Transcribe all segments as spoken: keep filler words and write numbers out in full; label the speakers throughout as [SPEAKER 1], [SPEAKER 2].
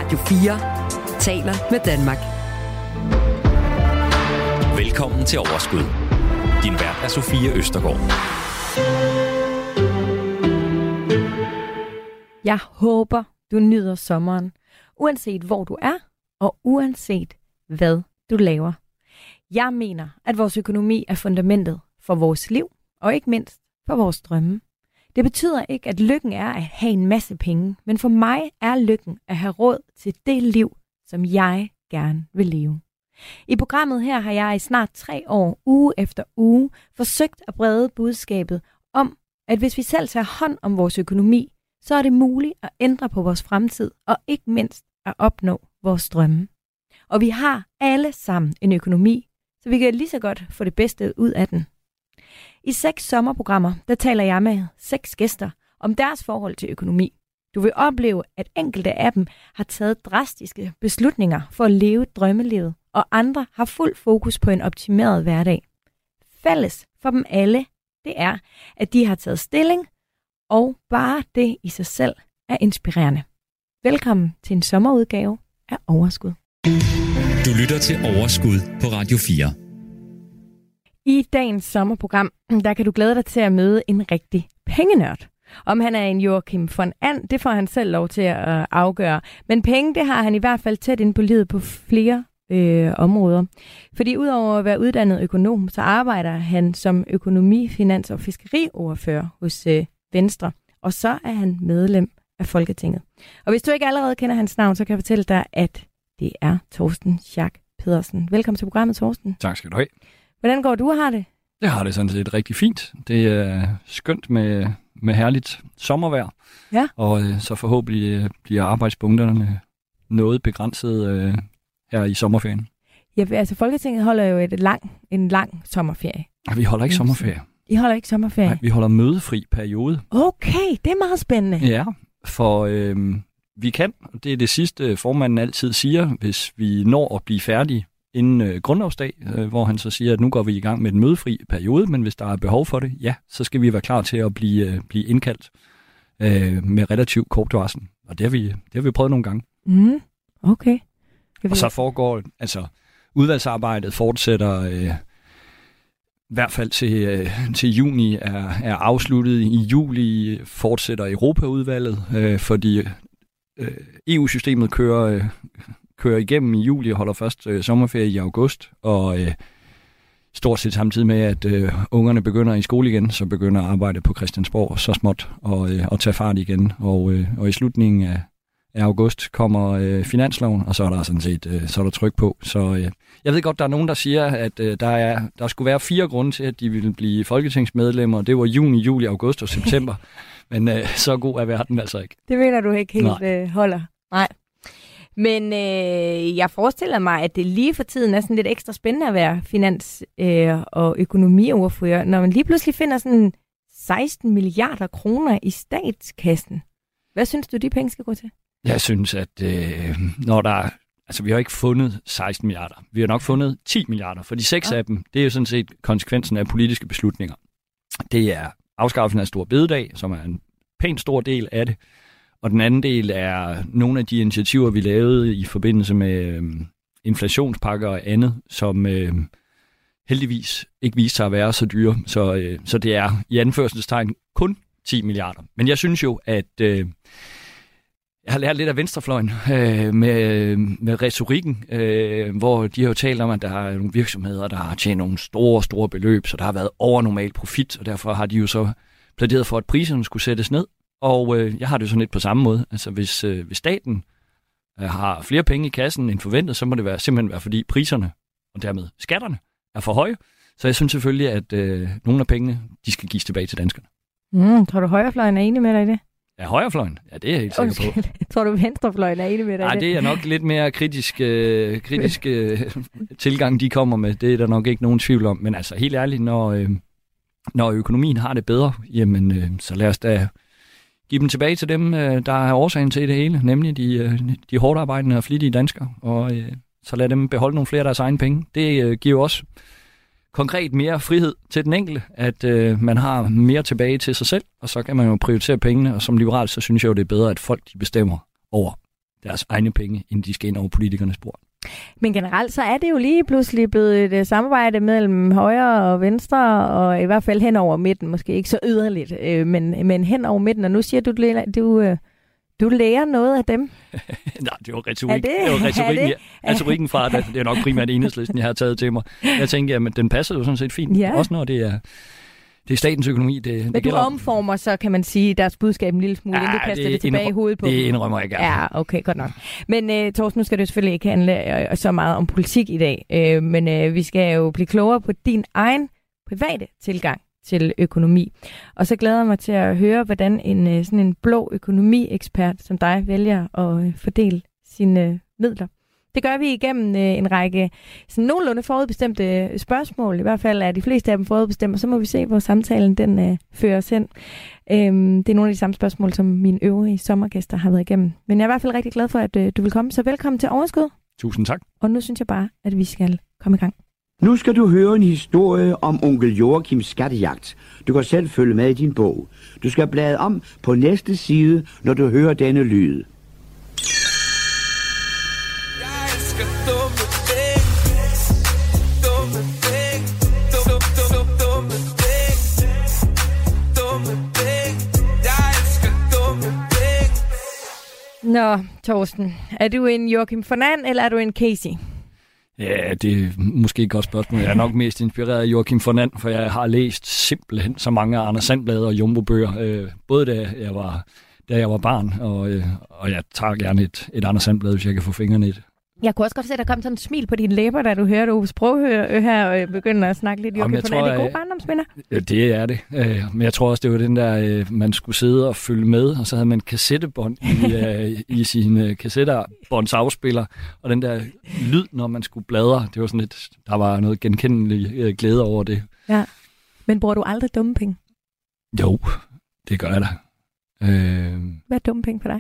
[SPEAKER 1] Radio fire taler med Danmark.
[SPEAKER 2] Velkommen til Overskud. Din vært er Sofie Østergaard.
[SPEAKER 3] Jeg håber, du nyder sommeren, uanset hvor du er, og uanset hvad du laver. Jeg mener, at vores økonomi er fundamentet for vores liv, og ikke mindst for vores drømme. Det betyder ikke, at lykken er at have en masse penge, men for mig er lykken at have råd til det liv, som jeg gerne vil leve. I programmet her har jeg i snart tre år, uge efter uge, forsøgt at brede budskabet om, at hvis vi selv tager hånd om vores økonomi, så er det muligt at ændre på vores fremtid, og ikke mindst at opnå vores drømme. Og vi har alle sammen en økonomi, så vi kan lige så godt få det bedste ud af den. I seks sommerprogrammer, der taler jeg med seks gæster om deres forhold til økonomi. Du vil opleve, at enkelte af dem har taget drastiske beslutninger for at leve drømmelivet, og andre har fuld fokus på en optimeret hverdag. Fælles for dem alle, det er, at de har taget stilling, og bare det i sig selv er inspirerende. Velkommen til en sommerudgave af Overskud.
[SPEAKER 2] Du lytter til Overskud på Radio fire.
[SPEAKER 3] I dagens sommerprogram, der kan du glæde dig til at møde en rigtig pengenørd. Om han er en Joachim von And, det får han selv lov til at afgøre. Men penge, det har han i hvert fald tæt ind på livet på flere øh, områder. Fordi udover at være uddannet økonom, så arbejder han som økonomi-, finans- og fiskeriordfører hos øh, Venstre. Og så er han medlem af Folketinget. Og hvis du ikke allerede kender hans navn, så kan jeg fortælle dig, at det er Torsten Schack Pedersen. Velkommen til programmet, Torsten.
[SPEAKER 4] Tak skal du have.
[SPEAKER 3] Hvordan går du og har det?
[SPEAKER 4] Jeg har det sådan set rigtig fint. Det er skønt med, med herligt sommervejr.
[SPEAKER 3] Ja.
[SPEAKER 4] Og øh, så forhåbentlig bliver arbejdspunkterne noget begrænset øh, her i sommerferien.
[SPEAKER 3] Ja, altså Folketinget holder jo et lang, en lang sommerferie.
[SPEAKER 4] Nej, vi holder ikke sommerferie.
[SPEAKER 3] I holder ikke sommerferie?
[SPEAKER 4] Nej, vi holder mødefri periode.
[SPEAKER 3] Okay, det er meget spændende.
[SPEAKER 4] Ja, for øh, vi kan, og det er det sidste formanden altid siger, hvis vi når at blive færdige inden øh, grundlovsdag, øh, hvor han så siger, at nu går vi i gang med en mødefri periode, men hvis der er behov for det, ja, så skal vi være klar til at blive, øh, blive indkaldt øh, med relativt kort varsel. Og det har vi, det har vi prøvet nogle gange.
[SPEAKER 3] Mm, okay.
[SPEAKER 4] Og så foregår, altså udvalgsarbejdet fortsætter øh, i hvert fald til, øh, til juni er, er afsluttet. I juli fortsætter Europaudvalget, øh, fordi øh, E U-systemet kører... Øh, kører igennem i juli og holder først øh, sommerferie i august, og øh, stort set samtidig med, at øh, ungerne begynder i skole igen, så begynder arbejdet på Christiansborg så småt og, øh, og tage fart igen. Og, øh, og i slutningen af, af august kommer øh, finansloven, og så er der sådan set øh, så er der tryk på. Så øh, jeg ved godt, der er nogen, der siger, at øh, der, er, der skulle være fire grunde til, at de ville blive folketingsmedlemmer. Det var juni, juli, august og september. Men øh, så god er verden altså ikke.
[SPEAKER 3] Det mener du ikke helt øh, holder. Nej. Men øh, jeg forestiller mig, at det lige for tiden er sådan lidt ekstra spændende at være finans- øh, og økonomiordfører, når man lige pludselig finder sådan seksten milliarder kroner i statskassen. Hvad synes du, de penge skal gå til?
[SPEAKER 4] Jeg synes, at øh, når der altså vi har ikke fundet seksten milliarder. Vi har nok fundet ti milliarder, for de seks ja. af dem, det er jo sådan set konsekvensen af politiske beslutninger. Det er afskaffelsen af Store Bededag, som er en pænt stor del af det. Og den anden del er nogle af de initiativer, vi lavede i forbindelse med øh, inflationspakker og andet, som øh, heldigvis ikke viste sig at være så dyre. Så, øh, så det er i anførselstegn kun ti milliarder. Men jeg synes jo, at øh, jeg har lært lidt af venstrefløjen øh, med, med retorikken, øh, hvor de har jo talt om, at der er nogle virksomheder, der har tjent nogle store, store beløb, så der har været overnormal profit, og derfor har de jo så plæderet for, at priserne skulle sættes ned. Og øh, jeg har det jo sådan lidt på samme måde. Altså hvis, øh, hvis staten øh, har flere penge i kassen end forventet, så må det være, simpelthen være, fordi priserne og dermed skatterne er for høje. Så jeg synes selvfølgelig, at øh, nogle af pengene, de skal gives tilbage til danskerne.
[SPEAKER 3] Mm, tror du højrefløjen er enig med dig i det?
[SPEAKER 4] Ja, højrefløjen? Ja, det er jeg helt sikker
[SPEAKER 3] okay. på. Tror du venstrefløjen er enig med dig i
[SPEAKER 4] det? Nej, det er nok lidt mere kritisk, øh, kritisk øh, tilgang, de kommer med. Det er der nok ikke nogen tvivl om. Men altså helt ærligt, når, øh, når økonomien har det bedre, jamen øh, så lad os da give dem tilbage til dem, der er årsagen til det hele, nemlig de, de hårdt arbejdende og flittige danskere, og øh, så lad dem beholde nogle flere af deres egne penge. Det øh, giver også konkret mere frihed til den enkelte, at øh, man har mere tilbage til sig selv, og så kan man jo prioritere pengene, og som liberal, så synes jeg jo, det er bedre, at folk de bestemmer over deres egne penge, inden de skal ind over politikernes bord.
[SPEAKER 3] Men generelt så er det jo lige pludselig blevet et samarbejde mellem højre og venstre, og i hvert fald hen over midten, måske ikke så yderligt, øh, men, men hen over midten. Og nu siger du, du, øh, du lærer noget af dem.
[SPEAKER 4] Nej, det var retorik.
[SPEAKER 3] det,
[SPEAKER 4] det var retorikken,
[SPEAKER 3] det?
[SPEAKER 4] Ja, retorikken fra, det, det er nok primært Enhedslisten, jeg har taget til mig. Jeg tænker, at den passer jo sådan set fint.
[SPEAKER 3] Ja.
[SPEAKER 4] Også når det er, det er statens økonomi. Det,
[SPEAKER 3] men
[SPEAKER 4] det
[SPEAKER 3] du
[SPEAKER 4] gælder.
[SPEAKER 3] Omformer så, kan man sige, deres budskab en lille smule,
[SPEAKER 4] Ja,
[SPEAKER 3] inden du kaster det,
[SPEAKER 4] det
[SPEAKER 3] tilbage i hovedet på
[SPEAKER 4] Det
[SPEAKER 3] dem.
[SPEAKER 4] indrømmer jeg gerne.
[SPEAKER 3] Ja, okay, godt nok. Men uh, Torsten, nu skal det jo selvfølgelig ikke handle uh, så meget om politik i dag, uh, men uh, vi skal jo blive klogere på din egen private tilgang til økonomi. Og så glæder jeg mig til at høre, hvordan en uh, sådan en blå økonomiekspert som dig vælger at uh, fordele sine uh, midler. Det gør vi igennem øh, en række sådan nogenlunde forudbestemte spørgsmål. I hvert fald er de fleste af dem forudbestemt, og så må vi se, hvor samtalen den øh, fører os hen. Øhm, det er nogle af de samme spørgsmål, som mine øvrige sommergæster har været igennem. Men jeg er i hvert fald rigtig glad for, at øh, du vil komme. Så velkommen til Overskud.
[SPEAKER 4] Tusind tak.
[SPEAKER 3] Og nu synes jeg bare, at vi skal komme i gang.
[SPEAKER 5] Nu skal du høre en historie om onkel Joachims skattejagt. Du kan selv følge med i din bog. Du skal blade om på næste side, når du hører denne lyd.
[SPEAKER 3] Nå, Torsten, er du en Joachim von And, eller er du en Casey?
[SPEAKER 4] Ja, det er måske et godt spørgsmål. Jeg er nok mest inspireret af Joachim von And, for jeg har læst simpelthen så mange Anders Sandblad og Jumbo-bøger, øh, både da jeg var, da jeg var barn, og, øh, og jeg tager gerne et, et Anders Sandblad, hvis jeg kan få fingrene i det.
[SPEAKER 3] Jeg kunne også godt se, at der kom sådan en smil på dine læber, da du hørte Ove Sproghø her og begynder at snakke lidt. Joachim von And, er det gode barndomsminder?
[SPEAKER 4] Ja, det er det. Øh, men jeg tror også, det var den der, øh, man skulle sidde og følge med, og så havde man kassettebånd i, øh, i sine kassettebåndsafspiller, og den der lyd, når man skulle bladre, det var sådan lidt, der var noget genkendelig øh, glæde over det.
[SPEAKER 3] Ja, men bruger du aldrig dumme penge?
[SPEAKER 4] Jo, det gør jeg da. Øh...
[SPEAKER 3] Hvad er dumme penge for dig?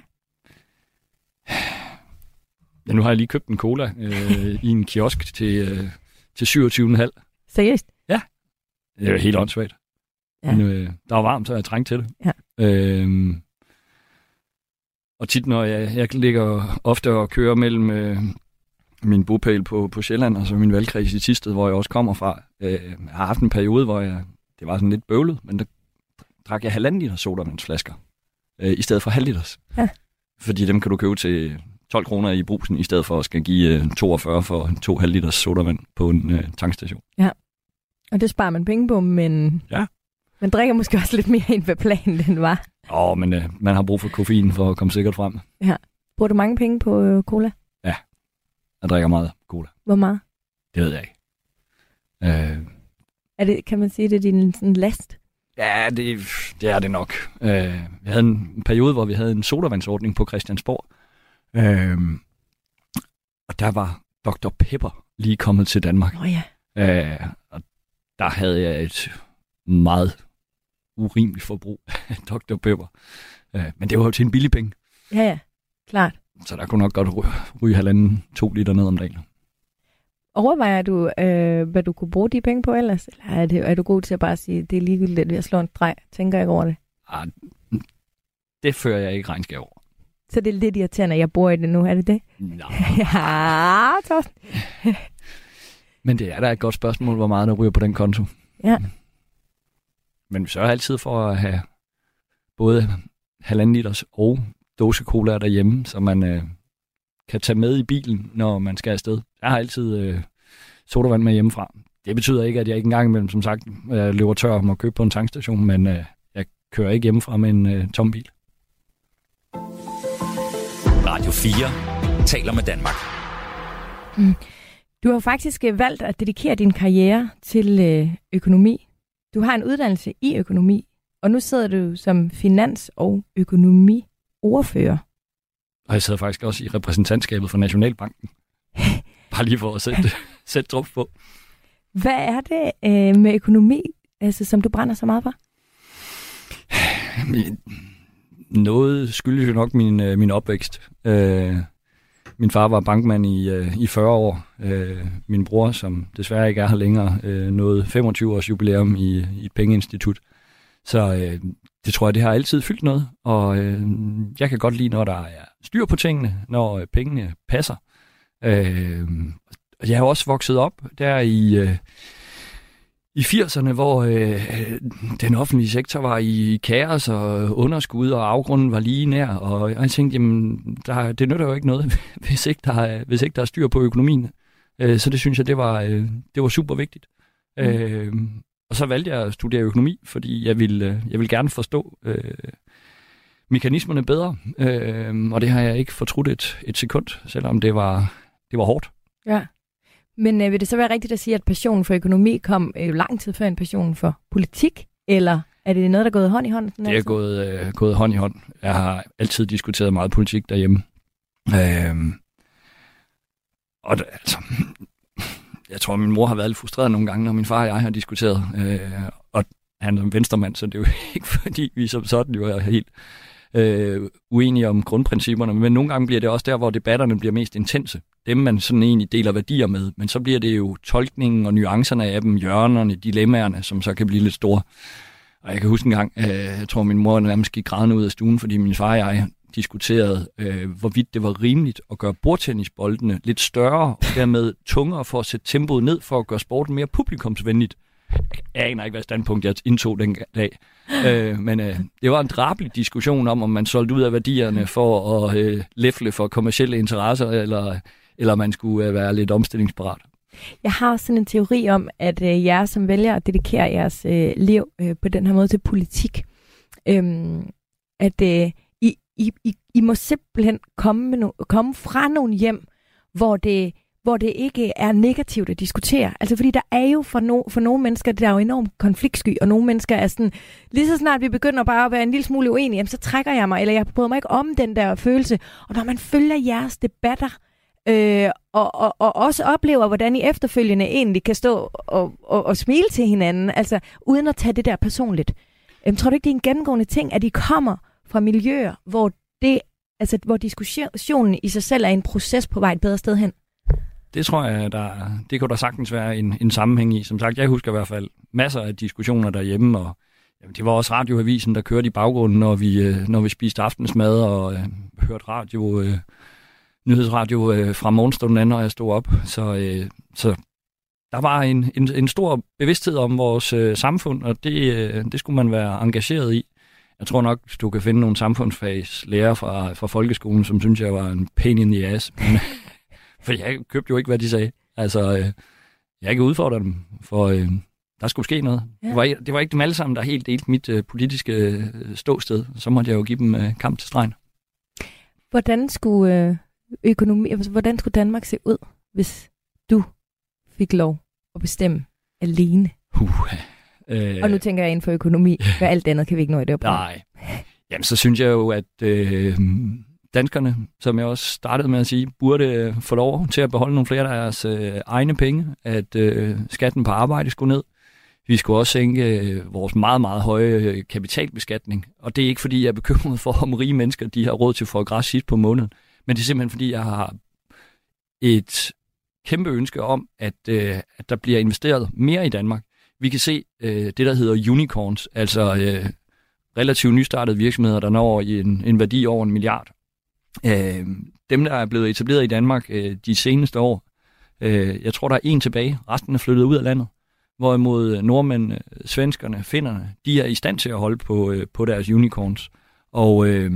[SPEAKER 4] Ja, nu har jeg lige købt en cola øh, i en kiosk til, øh, til syvogtyve komma fem.
[SPEAKER 3] Seriøst?
[SPEAKER 4] Ja. Det er helt åndssvagt.
[SPEAKER 3] Ja.
[SPEAKER 4] Men, øh, der var varmt, så jeg trængte til det.
[SPEAKER 3] Ja.
[SPEAKER 4] Øhm, og tit, når jeg, jeg ligger ofte og kører mellem øh, min bopæl på, på Sjælland og så min valgkreds i Thisted, hvor jeg også kommer fra. Øh, jeg har haft en periode, hvor jeg, det var sådan lidt bøvlet, men der drak jeg halvanden liter sodavandsflasker øh, i stedet for halv liters.
[SPEAKER 3] Ja. Fordi
[SPEAKER 4] dem kan du købe til tolv kroner i brusen, i stedet for at skal give øh, toogfyrre for to halv liters sodavand på en øh, tankstation.
[SPEAKER 3] Ja, og det sparer man penge på, men
[SPEAKER 4] ja.
[SPEAKER 3] Man drikker måske også lidt mere end hvad planen den var.
[SPEAKER 4] Åh, oh, men øh, man har brug for koffein for at komme sikkert frem.
[SPEAKER 3] Ja. Bruger du mange penge på øh, cola?
[SPEAKER 4] Ja, jeg drikker meget cola.
[SPEAKER 3] Hvor meget?
[SPEAKER 4] Det ved jeg ikke. Øh...
[SPEAKER 3] Er det, kan man sige, det er din sådan last?
[SPEAKER 4] Ja, det, det er det nok. Øh, vi havde en periode, hvor vi havde en sodavandsordning på Christiansborg. Øh, og der var doktor Pepper lige kommet til Danmark.
[SPEAKER 3] Åh oh, ja.
[SPEAKER 4] Øh, og der havde jeg et meget urimeligt forbrug af doktor Pepper. Øh, men det var jo til en billig penge.
[SPEAKER 3] Ja, ja. Klart.
[SPEAKER 4] Så der kunne nok godt ryge, ryge halvanden, to liter ned om dagen.
[SPEAKER 3] Overvejer du, øh, hvad du kunne bruge de penge på ellers? Eller er, det, er du god til at bare sige, det er ligegyldigt, at jeg slår en drej? Tænker jeg ikke over det?
[SPEAKER 4] Ah, det fører jeg ikke regnskab over.
[SPEAKER 3] Så det er lidt irriterende, at jeg bor i det nu, er det det?
[SPEAKER 4] Nej.
[SPEAKER 3] Ja, Torsten.
[SPEAKER 4] Men det er da et godt spørgsmål, hvor meget der ryger på den konto.
[SPEAKER 3] Ja.
[SPEAKER 4] Men vi sørger altid for at have både halvanden liters og dåse cola derhjemme, så man øh, kan tage med i bilen, når man skal afsted. Jeg har altid øh, sodavand med hjemmefra. Det betyder ikke, at jeg ikke engang imellem, som sagt, jeg løber tør om at købe på en tankstation, men øh, jeg kører ikke hjemmefra med en øh, tom bil.
[SPEAKER 2] Radio fire taler med Danmark.
[SPEAKER 3] Mm. Du har faktisk valgt at dedikere din karriere til øh, økonomi. Du har en uddannelse i økonomi, og nu sidder du som finans- og økonomiordfører.
[SPEAKER 4] Og jeg sidder faktisk også i repræsentantskabet for Nationalbanken. Bare lige for at sætte, sætte trup på.
[SPEAKER 3] Hvad er det øh, med økonomi, altså, som du brænder så meget for?
[SPEAKER 4] Noget skyldes jo nok min, øh, min opvækst. Øh, min far var bankmand i, øh, i fyrre år. Øh, min bror, som desværre ikke er her længere, øh, nåede femogtyve års jubilæum i, i et pengeinstitut. Så øh, det tror jeg, det har altid fyldt noget. Og øh, jeg kan godt lide, når der er styr på tingene, når øh, pengene passer. Øh, jeg har også vokset op der i, øh, i firserne, hvor øh, den offentlige sektor var i kaos og underskud, og afgrunden var lige nær. Og jeg tænkte, jamen, der, det nytter jo ikke noget, hvis ikke der er, hvis ikke der er styr på økonomien. Øh, så det synes jeg, det var, øh, det var super vigtigt. Mm. Øh, og så valgte jeg at studere økonomi, fordi jeg ville, jeg ville gerne forstå øh, mekanismerne bedre. Øh, og det har jeg ikke fortrudt et, et sekund, selvom det var, det var hårdt.
[SPEAKER 3] Ja. Men øh, vil det så være rigtigt at sige, at passionen for økonomi kom øh, lang tid før en passion for politik? Eller er det noget, der er gået hånd i hånd?
[SPEAKER 4] Det er gået, øh, gået hånd i hånd. Jeg har altid diskuteret meget politik derhjemme. Øh, og det, altså, jeg tror, min mor har været lidt frustreret nogle gange, når min far og jeg har diskuteret. Øh, og han er en venstremand, så det er jo ikke fordi, vi som sådan jo er helt øh, uenige om grundprincipperne. Men nogle gange bliver det også der, hvor debatterne bliver mest intense. Dem, man sådan egentlig deler værdier med. Men så bliver det jo tolkningen og nuancerne af dem, hjørnerne, dilemmaerne, som så kan blive lidt store. Og jeg kan huske en gang, øh, jeg tror, min mor nærmest gik grædende ud af stuen, fordi min far og jeg diskuterede, øh, hvorvidt det var rimeligt at gøre bordtennisboldene lidt større, og dermed tungere for at sætte tempoet ned, for at gøre sporten mere publikumsvenligt. Jeg aner ikke, hvad standpunkt jeg indtog den dag. Øh, men øh, det var en drabelig diskussion om, om man solgte ud af værdierne for at øh, læfle for kommercielle interesser, eller, eller man skulle øh, være lidt omstillingsparat.
[SPEAKER 3] Jeg har sådan en teori om, at øh, jer som vælger at dedikere jeres øh, liv øh, på den her måde til politik, øh, at øh, I, I, I, I må simpelthen komme, med no- komme fra nogle hjem, hvor det hvor det ikke er negativt at diskutere. Altså fordi der er jo for, no, for nogle mennesker, der er jo enormt konfliktsky, og nogle mennesker er sådan, lige så snart vi begynder bare at være en lille smule uenige, jamen, så trækker jeg mig, eller jeg bryder mig ikke om den der følelse. Og når man følger jeres debatter, øh, og, og, og også oplever, hvordan I efterfølgende egentlig kan stå og, og, og smile til hinanden, altså uden at tage det der personligt. Øh, tror du ikke, det er en gennemgående ting, at I kommer fra miljøer, hvor, det, altså, hvor diskussionen i sig selv er en proces på vej et bedre sted hen?
[SPEAKER 4] Det tror jeg, der, det kunne der sagtens være en, en sammenhæng i. Som sagt, jeg husker i hvert fald masser af diskussioner derhjemme, og jamen, det var også radioavisen, der kørte i baggrunden, når vi, når vi spiste aftensmad og øh, hørte radio, øh, nyhedsradio øh, fra morgenstunden anden, når jeg stod op. Så, øh, så der var en, en, en stor bevidsthed om vores øh, samfund, og det, øh, det skulle man være engageret i. Jeg tror nok, du kan finde nogle samfundsfagslærer fra, fra folkeskolen, som synes, jeg var en pain in the ass. Men, for jeg købte jo ikke, hvad de sagde. Altså, øh, jeg kan udfordre dem, for øh, der skulle ske noget. Ja. Det, var ikke, det var ikke dem alle sammen, der helt delte mit øh, politiske øh, ståsted. Så måtte jeg jo give dem øh, kamp til stregen.
[SPEAKER 3] Hvordan skulle, øh, økonomi, altså, hvordan skulle Danmark se ud, hvis du fik lov at bestemme alene?
[SPEAKER 4] Uh, øh,
[SPEAKER 3] Og nu tænker jeg inden for økonomi, for alt andet kan vi ikke nå i det.
[SPEAKER 4] Nej. Jamen, så synes jeg jo, at øh, danskerne, som jeg også startede med at sige, burde få lov til at beholde nogle flere af deres øh, egne penge, at øh, skatten på arbejde skulle ned. Vi skulle også sænke øh, vores meget, meget høje øh, kapitalbeskatning. Og det er ikke, fordi jeg er bekymret for, om rige mennesker de har råd til at få græs sidst på måneden. Men det er simpelthen, fordi jeg har et kæmpe ønske om, at, øh, at der bliver investeret mere i Danmark. Vi kan se øh, det, der hedder unicorns, altså øh, relativt nystartede virksomheder, der når i en, en værdi over en milliard. Øh, dem, der er blevet etableret i Danmark øh, de seneste år, øh, jeg tror, der er en tilbage. Resten er flyttet ud af landet. Hvorimod nordmændene, svenskerne, finnerne, de er i stand til at holde på, øh, på deres unicorns. Og øh,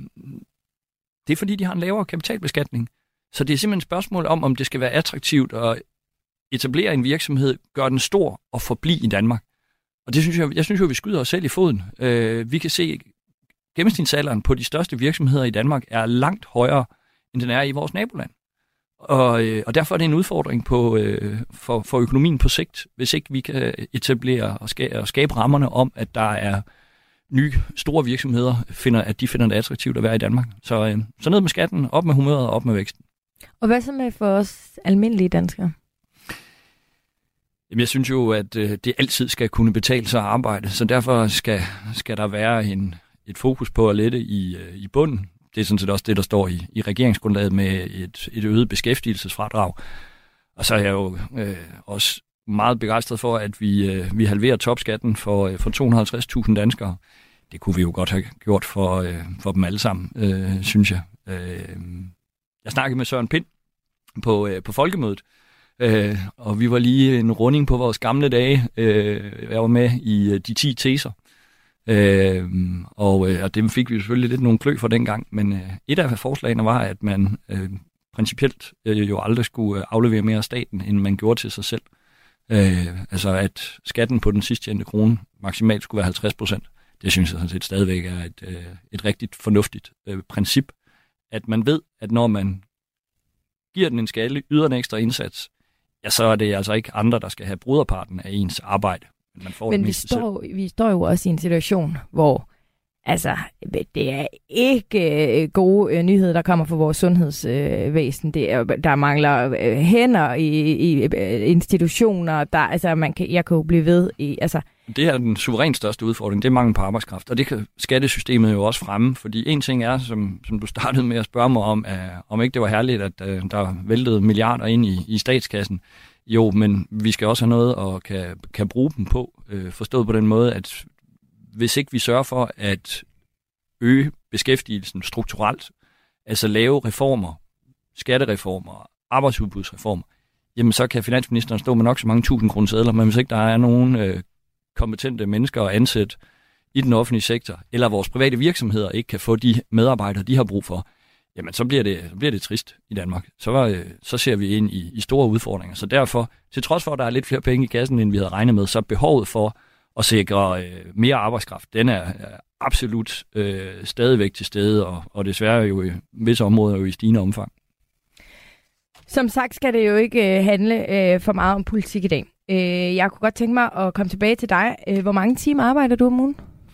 [SPEAKER 4] det er fordi, de har en lavere kapitalbeskatning. Så det er simpelthen et spørgsmål om, om det skal være attraktivt at etablere en virksomhed, gøre den stor og forblive i Danmark. Og det synes jeg, jeg synes jo, vi skyder os selv i foden. Øh, vi kan se, gennemsnitsalderen på de største virksomheder i Danmark er langt højere, end den er i vores naboland. Og, øh, og derfor er det en udfordring på, øh, for, for økonomien på sigt, hvis ikke vi kan etablere og skabe, og skabe rammerne om, at der er nye store virksomheder, finder, at de finder det attraktivt at være i Danmark. Så, øh, så ned med skatten, op med humøret og op med væksten.
[SPEAKER 3] Og hvad så med for os almindelige danskere?
[SPEAKER 4] Jamen, jeg synes jo, at øh, det altid skal kunne betale sig at arbejde, så derfor skal, skal der være en, et fokus på at lette i, øh, i bunden. Det er sådan set også det, der står i, i regeringsgrundlaget med et, et øget beskæftigelsesfradrag. Og så er jeg jo øh, også meget begejstret for, at vi, øh, vi halverer topskatten for, øh, for to hundrede og halvtreds tusind danskere. Det kunne vi jo godt have gjort for, øh, for dem alle sammen, øh, synes jeg. Øh, jeg snakkede med Søren Pind på, øh, på Folkemødet, øh, og vi var lige en runding på vores gamle dage. Øh, jeg var med i øh, de ti teser, øh, og, øh, og dem fik vi selvfølgelig lidt nogle klø for dengang, men øh, et af forslagene var, at man øh, principielt øh, jo aldrig skulle aflevere mere af staten, end man gjorde til sig selv. Øh, altså at skatten på den sidst tjente krone maksimalt skulle være halvtreds procent. Det synes jeg sådan set stadigvæk er et, øh, et rigtig fornuftigt øh, princip, at man ved, at når man giver den en skalle, yder en ekstra indsats, ja, så er det altså ikke andre, der skal have broderparten af ens arbejde. Men, man får
[SPEAKER 3] men
[SPEAKER 4] det
[SPEAKER 3] vi, står, vi står jo også i en situation, hvor altså, det er ikke øh, gode øh, nyheder, der kommer fra vores sundhedsvæsen. Øh, det er, der mangler øh, hænder i, i øh, institutioner. Der, altså, man kan, jeg kan jo blive ved i... Altså.
[SPEAKER 4] Det er den suverænt største udfordring, det er mangel på arbejdskraft. Og det kan skattesystemet jo også fremme, fordi en ting er, som, som du startede med at spørge mig om, er, om ikke det var herligt, at øh, der væltede milliarder ind i, i statskassen. Jo, men vi skal også have noget og kan, kan bruge dem på, øh, forstået på den måde, at hvis ikke vi sørger for at øge beskæftigelsen strukturelt, altså lave reformer, skattereformer, arbejdsudbudsreformer, jamen så kan finansministeren stå med nok så mange tusind kroner sedler, men hvis ikke der er nogen øh, kompetente mennesker at ansætte i den offentlige sektor, eller vores private virksomheder ikke kan få de medarbejdere, de har brug for, jamen så bliver det, så bliver det trist i Danmark. Så, øh, så ser vi ind i, i store udfordringer. Så derfor, til trods for, at der er lidt flere penge i kassen, end vi havde regnet med, så er behovet for at sikre øh, mere arbejdskraft, den er, er absolut øh, stadigvæk til stede, og, og desværre jo i visse områder jo i stigende omfang.
[SPEAKER 3] Som sagt skal det jo ikke øh, handle øh, for meget om politik i dag. Øh, jeg kunne godt tænke mig at komme tilbage til dig. Øh, hvor mange timer arbejder du om ugen?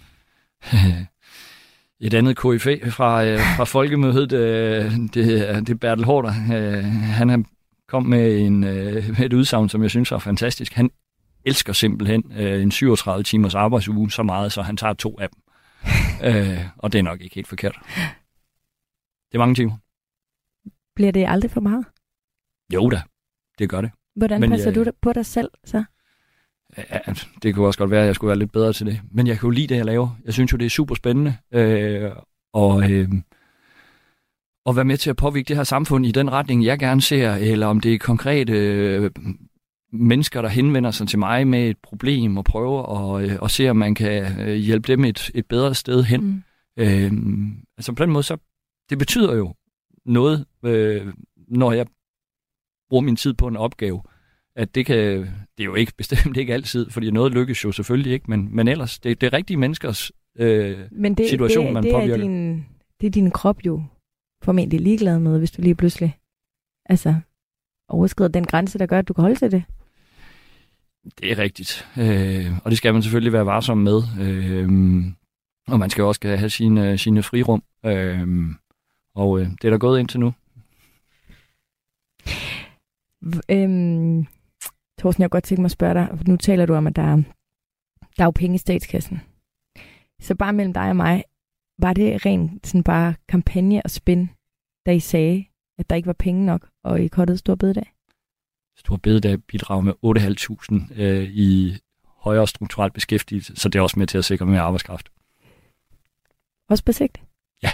[SPEAKER 4] Et andet K F A fra, øh, fra Folkemødet, øh, det, det er Bertel Haarder. Øh, han har kom med en, øh, et udsagn, som jeg synes er fantastisk. Han elsker simpelthen øh, en syvogtredive timers arbejdsuge så meget, så han tager to af dem. øh, og det er nok ikke helt forkert. Det er mange timer.
[SPEAKER 3] Bliver det aldrig for meget?
[SPEAKER 4] Jo da, det gør det.
[SPEAKER 3] Hvordan Men passer jeg, du på dig selv så?
[SPEAKER 4] Ja, det kunne også godt være, at jeg skulle være lidt bedre til det. Men jeg kan jo lide det, jeg laver. Jeg synes jo, det er super spændende. Øh, og, øh, og være med til at påvirke det her samfund i den retning, jeg gerne ser, eller om det er konkrete øh, mennesker, der henvender sig til mig med et problem og prøver at, øh, at se, om man kan øh, hjælpe dem et, et bedre sted hen. Mm. Øh, altså på den måde, så det betyder jo noget, øh, når jeg bruger min tid på en opgave, at det kan, det er jo ikke bestemt ikke altid, fordi noget lykkes jo selvfølgelig ikke, men, men ellers, det, det er rigtige menneskers øh, men det, situation,
[SPEAKER 3] det,
[SPEAKER 4] man
[SPEAKER 3] det
[SPEAKER 4] påvirker.
[SPEAKER 3] Er din, det er din krop jo formentlig ligeglad med, hvis du lige pludselig altså, overskrider den grænse, der gør, at du kan holde til det.
[SPEAKER 4] Det er rigtigt, øh, og det skal man selvfølgelig være varsom med, øh, og man skal også have sine, sine frirum, øh, og øh, det er der gået indtil nu.
[SPEAKER 3] Øhm, Thorsten, jeg kunne godt tænke mig at spørge dig, for nu taler du om, at der er, der er jo penge i statskassen. Så bare mellem dig og mig, var det rent sådan bare kampagne og spin, da I sagde, at der ikke var penge nok, og I kottede Store Bededag?
[SPEAKER 4] Store Bededag bidrager med otte tusind fem hundrede øh, i højere strukturel beskæftigelse, så det er også med til at sikre mere arbejdskraft.
[SPEAKER 3] Også på sigt?
[SPEAKER 4] Ja.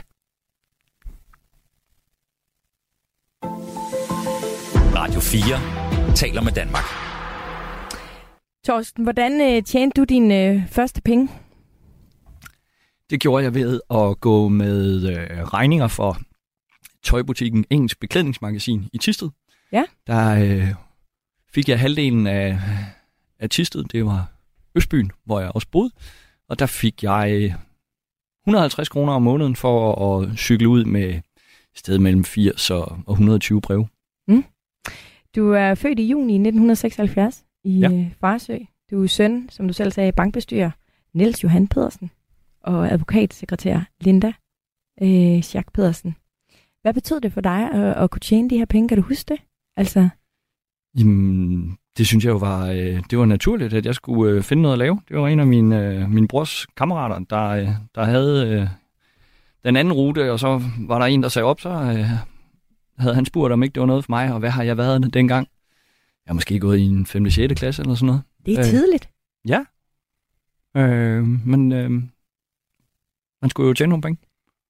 [SPEAKER 2] Radio fire taler med Danmark.
[SPEAKER 3] Thorsten, hvordan øh, tjente du dine øh, første penge?
[SPEAKER 4] Det gjorde jeg ved at gå med øh, regninger for tøjbutikken Engelsk Beklædningsmagasin i Thisted.
[SPEAKER 3] Ja.
[SPEAKER 4] Der øh, fik jeg halvdelen af, af Thisted, det var Østbyen, hvor jeg også boede. Og der fik jeg et hundrede og halvtreds kroner om måneden for at cykle ud med et sted mellem firs og et hundrede og tyve breve.
[SPEAKER 3] Mm. Du er født i juni nitten seksoghalvfjerds i
[SPEAKER 4] ja.
[SPEAKER 3] Farsø. Du er søn, som du selv sagde, bankbestyrer Niels Johan Pedersen og advokatsekretær Linda øh, Schack Pedersen. Hvad betød det for dig at, at kunne tjene de her penge? Kan du huske det? Altså...
[SPEAKER 4] Jamen, det synes jeg jo var, øh, det var naturligt, at jeg skulle øh, finde noget at lave. Det var en af mine, øh, min brors kammerater, der, øh, der havde øh, den anden rute, og så var der en, der sagde op, så øh, havde han spurgt, om ikke det var noget for mig, og hvad har jeg været dengang? Jeg har måske gået i en femte sjette klasse eller sådan noget.
[SPEAKER 3] Det er tidligt.
[SPEAKER 4] Øh, ja, øh, men øh, man skulle jo tjene nogle penge.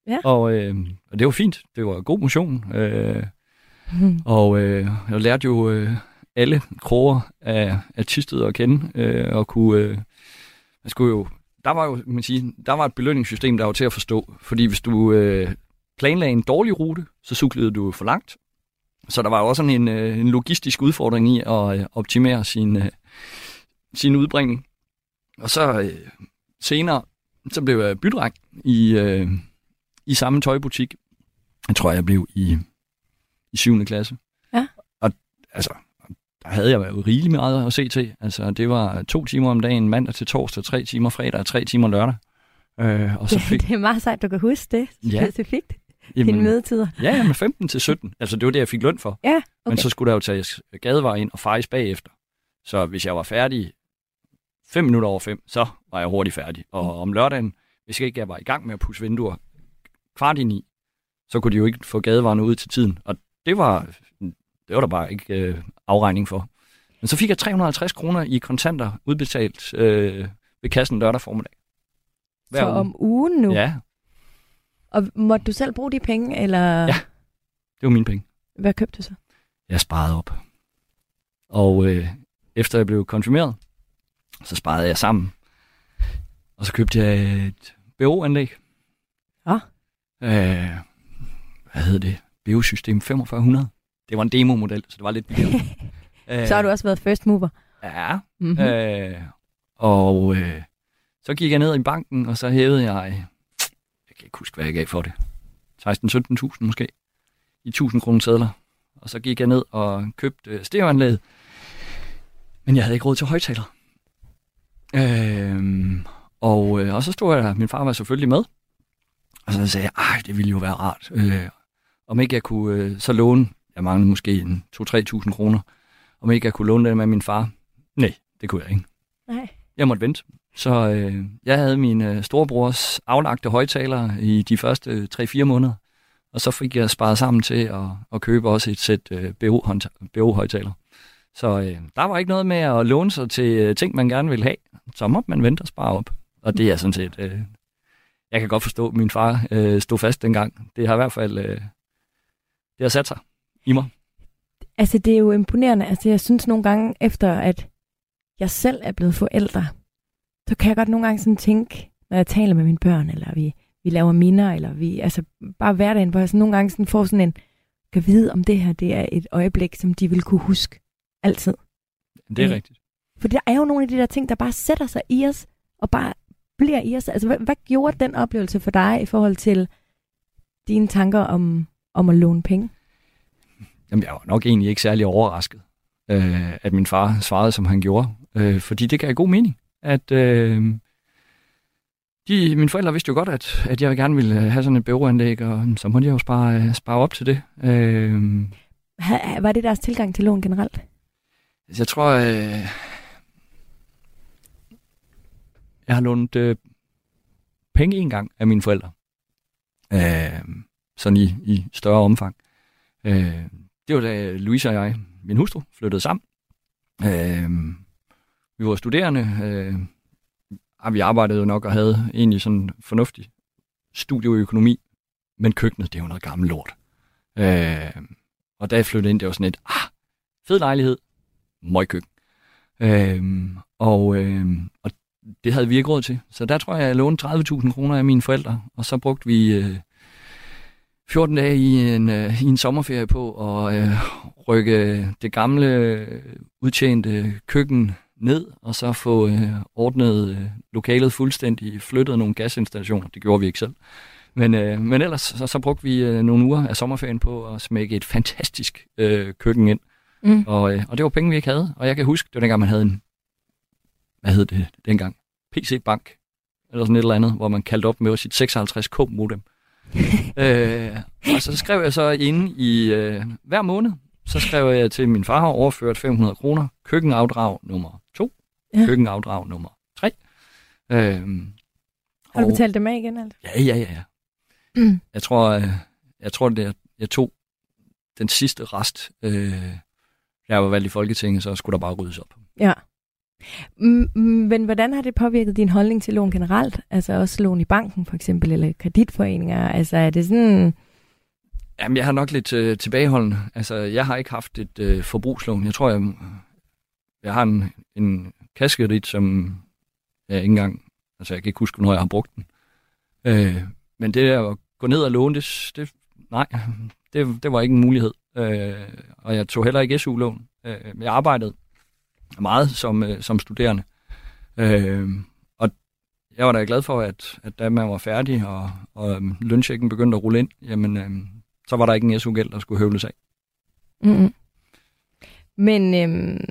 [SPEAKER 3] Ja.
[SPEAKER 4] Og, øh, og det var fint. Det var god motion. Øh, mm. Og øh, jeg lærte jo øh, alle kroger af, af Thisted at kende, øh, og kunne... Øh, jeg skulle jo... Der var jo, man sige, der var et belønningssystem, der var til at forstå. Fordi hvis du øh, planlagde en dårlig rute, så cyklede du for langt. Så der var jo også sådan en, øh, en logistisk udfordring i at øh, optimere sin, øh, sin udbringning. Og så øh, senere, så blev jeg byddreng i, øh, i samme tøjbutik. Jeg tror, jeg blev i, i syvende klasse.
[SPEAKER 3] Ja.
[SPEAKER 4] Og altså, der havde jeg jo rigeligt meget at se til. Altså, det var to timer om dagen, mandag til torsdag, tre timer fredag og tre timer lørdag. Øh, og så fik...
[SPEAKER 3] Det er meget sejt, du kan huske det
[SPEAKER 4] ja.
[SPEAKER 3] specifikt.
[SPEAKER 4] Jamen,
[SPEAKER 3] dine mødetider.
[SPEAKER 4] Ja, ja, med femten til sytten. Altså, det var det, jeg fik løn for.
[SPEAKER 3] Ja, okay.
[SPEAKER 4] Men så skulle der jo tages gadevarer ind og fejes bagefter. Så hvis jeg var færdig fem minutter over fem, så var jeg hurtigt færdig. Og om lørdagen, hvis jeg ikke jeg var i gang med at pusse vinduer kvart i ni, så kunne de jo ikke få gadevarerne ud til tiden. Og det var, det var der bare ikke øh, afregning for. Men så fik jeg tre hundrede og halvtreds kroner i kontanter udbetalt øh, ved kassen lørdag formiddag.
[SPEAKER 3] Hver så uge. Om ugen nu?
[SPEAKER 4] Ja.
[SPEAKER 3] Og måtte du selv bruge de penge, eller?
[SPEAKER 4] Ja, det var mine penge.
[SPEAKER 3] Hvad købte du så?
[SPEAKER 4] Jeg sparede op. Og øh, efter jeg blev konfirmeret, så sparede jeg sammen. Og så købte jeg et B O-anlæg.
[SPEAKER 3] Ja.
[SPEAKER 4] Øh, hvad hed det? B O-system femogfyrre hundrede. Det var en demo-model, så det var lidt billigere.
[SPEAKER 3] Så har du også været first mover.
[SPEAKER 4] Ja. Mm-hmm. Øh, og øh, så gik jeg ned i banken, og så hævede jeg... Jeg kan ikke huske, hvad jeg gav for det. seksten til sytten tusind måske. I tusind kroner sedler. Og så gik jeg ned og købte stereoanlægget. Men jeg havde ikke råd til højtaler. Øhm, og, øh, og så stod jeg der. Min far var selvfølgelig med. Og så sagde jeg, ej, det ville jo være rart. Øh, om ikke jeg kunne øh, så låne, jeg manglede måske en to til tre tusind kroner. Om ikke jeg kunne låne det med min far. Nej, det kunne jeg ikke.
[SPEAKER 3] Nej.
[SPEAKER 4] Jeg måtte vente. Så øh, jeg havde min øh, storebrors aflagte højtalere i de første tre fire måneder. Og så fik jeg sparet sammen til at, at købe også et sæt øh, B O-højtalere. Så øh, der var ikke noget med at låne sig til øh, ting, man gerne ville have. Så måtte man vente og spare op. Og det er sådan set... Øh, jeg kan godt forstå, at min far øh, stod fast dengang. Det har i hvert fald... Øh, det har sat sig i mig.
[SPEAKER 3] Altså, det er jo imponerende. Altså, jeg synes nogle gange, efter at jeg selv er blevet forældre, så kan jeg godt nogle gange sådan tænke, når jeg taler med mine børn, eller vi, vi laver minder, eller vi, altså bare hverdagen, hvor jeg sådan nogle gange sådan får sådan en, kan vide, om det her, det er et øjeblik, som de vil kunne huske altid.
[SPEAKER 4] Det er ja. rigtigt.
[SPEAKER 3] For der er jo nogle af de der ting, der bare sætter sig i os, og bare bliver i os. Altså, hvad, hvad gjorde den oplevelse for dig i forhold til dine tanker om, om at låne penge?
[SPEAKER 4] Jamen, jeg var nok egentlig ikke særlig overrasket, øh, at min far svarede, som han gjorde. Øh, fordi det gav god mening. At øh, de, mine forældre vidste jo godt, at, at jeg gerne ville have sådan et B O-anlæg, og så måtte jeg jo spare, spare op til det. Øh,
[SPEAKER 3] ha, var det deres tilgang til lån generelt?
[SPEAKER 4] Jeg tror, øh, jeg har lånt øh, penge en gang af mine forældre. Øh, sådan i, i større omfang. Øh, det var da Louise og jeg, min hustru, flyttede sammen. Øh, Vi var studerende, øh, vi arbejdede jo nok og havde egentlig sådan fornuftig studieøkonomi, men køkkenet, det er jo noget gammelt lort. Øh, og da jeg flyttede ind, det var sådan et, ah, fed lejlighed, møgkøkken. Øh, og, øh, og det havde vi ikke råd til. Så der tror jeg, jeg lånte tredive tusind kroner af mine forældre, og så brugte vi øh, fjorten dage i en, øh, i en sommerferie på at øh, rykke det gamle, øh, udtjente køkken ned, og så få øh, ordnet øh, lokalet fuldstændig, flyttet nogle gasinstallationer. Det gjorde vi ikke selv. Men, øh, men ellers så, så brugte vi øh, nogle uger af sommerferien på at smække et fantastisk øh, køkken ind. Mm. Og, øh, og det var penge, vi ikke havde. Og jeg kan huske, det var dengang, man havde en, hvad hed det dengang? P C-bank, eller sådan et eller andet, hvor man kaldte op med sit seksoghalvtreds K modem. øh, og så skrev jeg så inde i øh, hver måned, så skrev jeg til min far, har overført fem hundrede kroner, køkkenafdrag nummer to, ja. køkkenafdrag nummer tre. Øhm,
[SPEAKER 3] har du og, betalt dem af igen? Altså?
[SPEAKER 4] Ja, ja, ja. ja. Mm. Jeg tror, jeg, jeg tror, det jeg tog den sidste rest, øh, jeg var valgt i Folketinget, så skulle der bare ryddes op.
[SPEAKER 3] Ja. Mm, men hvordan har det påvirket din holdning til lån generelt? Altså også lån i banken for eksempel, eller kreditforeninger? Altså er det sådan...
[SPEAKER 4] Jamen, jeg har nok lidt øh, tilbageholdende. Altså, jeg har ikke haft et øh, forbrugslån. Jeg tror, jeg, jeg har en, en kassekredit, som jeg ikke engang... Altså, jeg kan ikke huske, hvornår jeg har brugt den. Øh, men det at gå ned og låne, det, det nej, det, det var ikke en mulighed. Øh, og jeg tog heller ikke S U-lån. Øh, jeg arbejdede meget som, øh, som studerende. Øh, og jeg var da glad for, at, at da man var færdig, og, og lønchecken begyndte at rulle ind, jamen, øh, så var der ikke en S U-gæld, der skulle høvles af.
[SPEAKER 3] Mm-hmm. Men, øhm,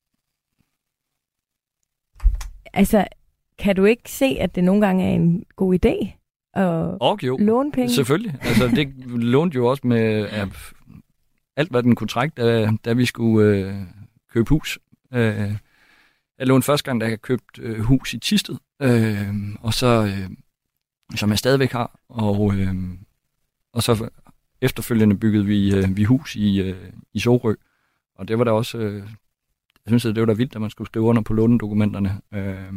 [SPEAKER 3] altså, kan du ikke se, at det nogle gange er en god idé at
[SPEAKER 4] og jo,
[SPEAKER 3] låne penge?
[SPEAKER 4] Selvfølgelig. Altså, det lånte jo også med ja, alt, hvad den kunne trække, da, da vi skulle øh, købe hus. Øh, jeg lånte første gang, da jeg købte øh, hus i Thisted, øh, og så, øh, som jeg stadigvæk har, og, øh, og så efterfølgende byggede vi, øh, vi hus i, øh, i Sorø, og det var da også, øh, jeg synes, det var da vildt, at man skulle skrive under på lånedokumenterne, øh,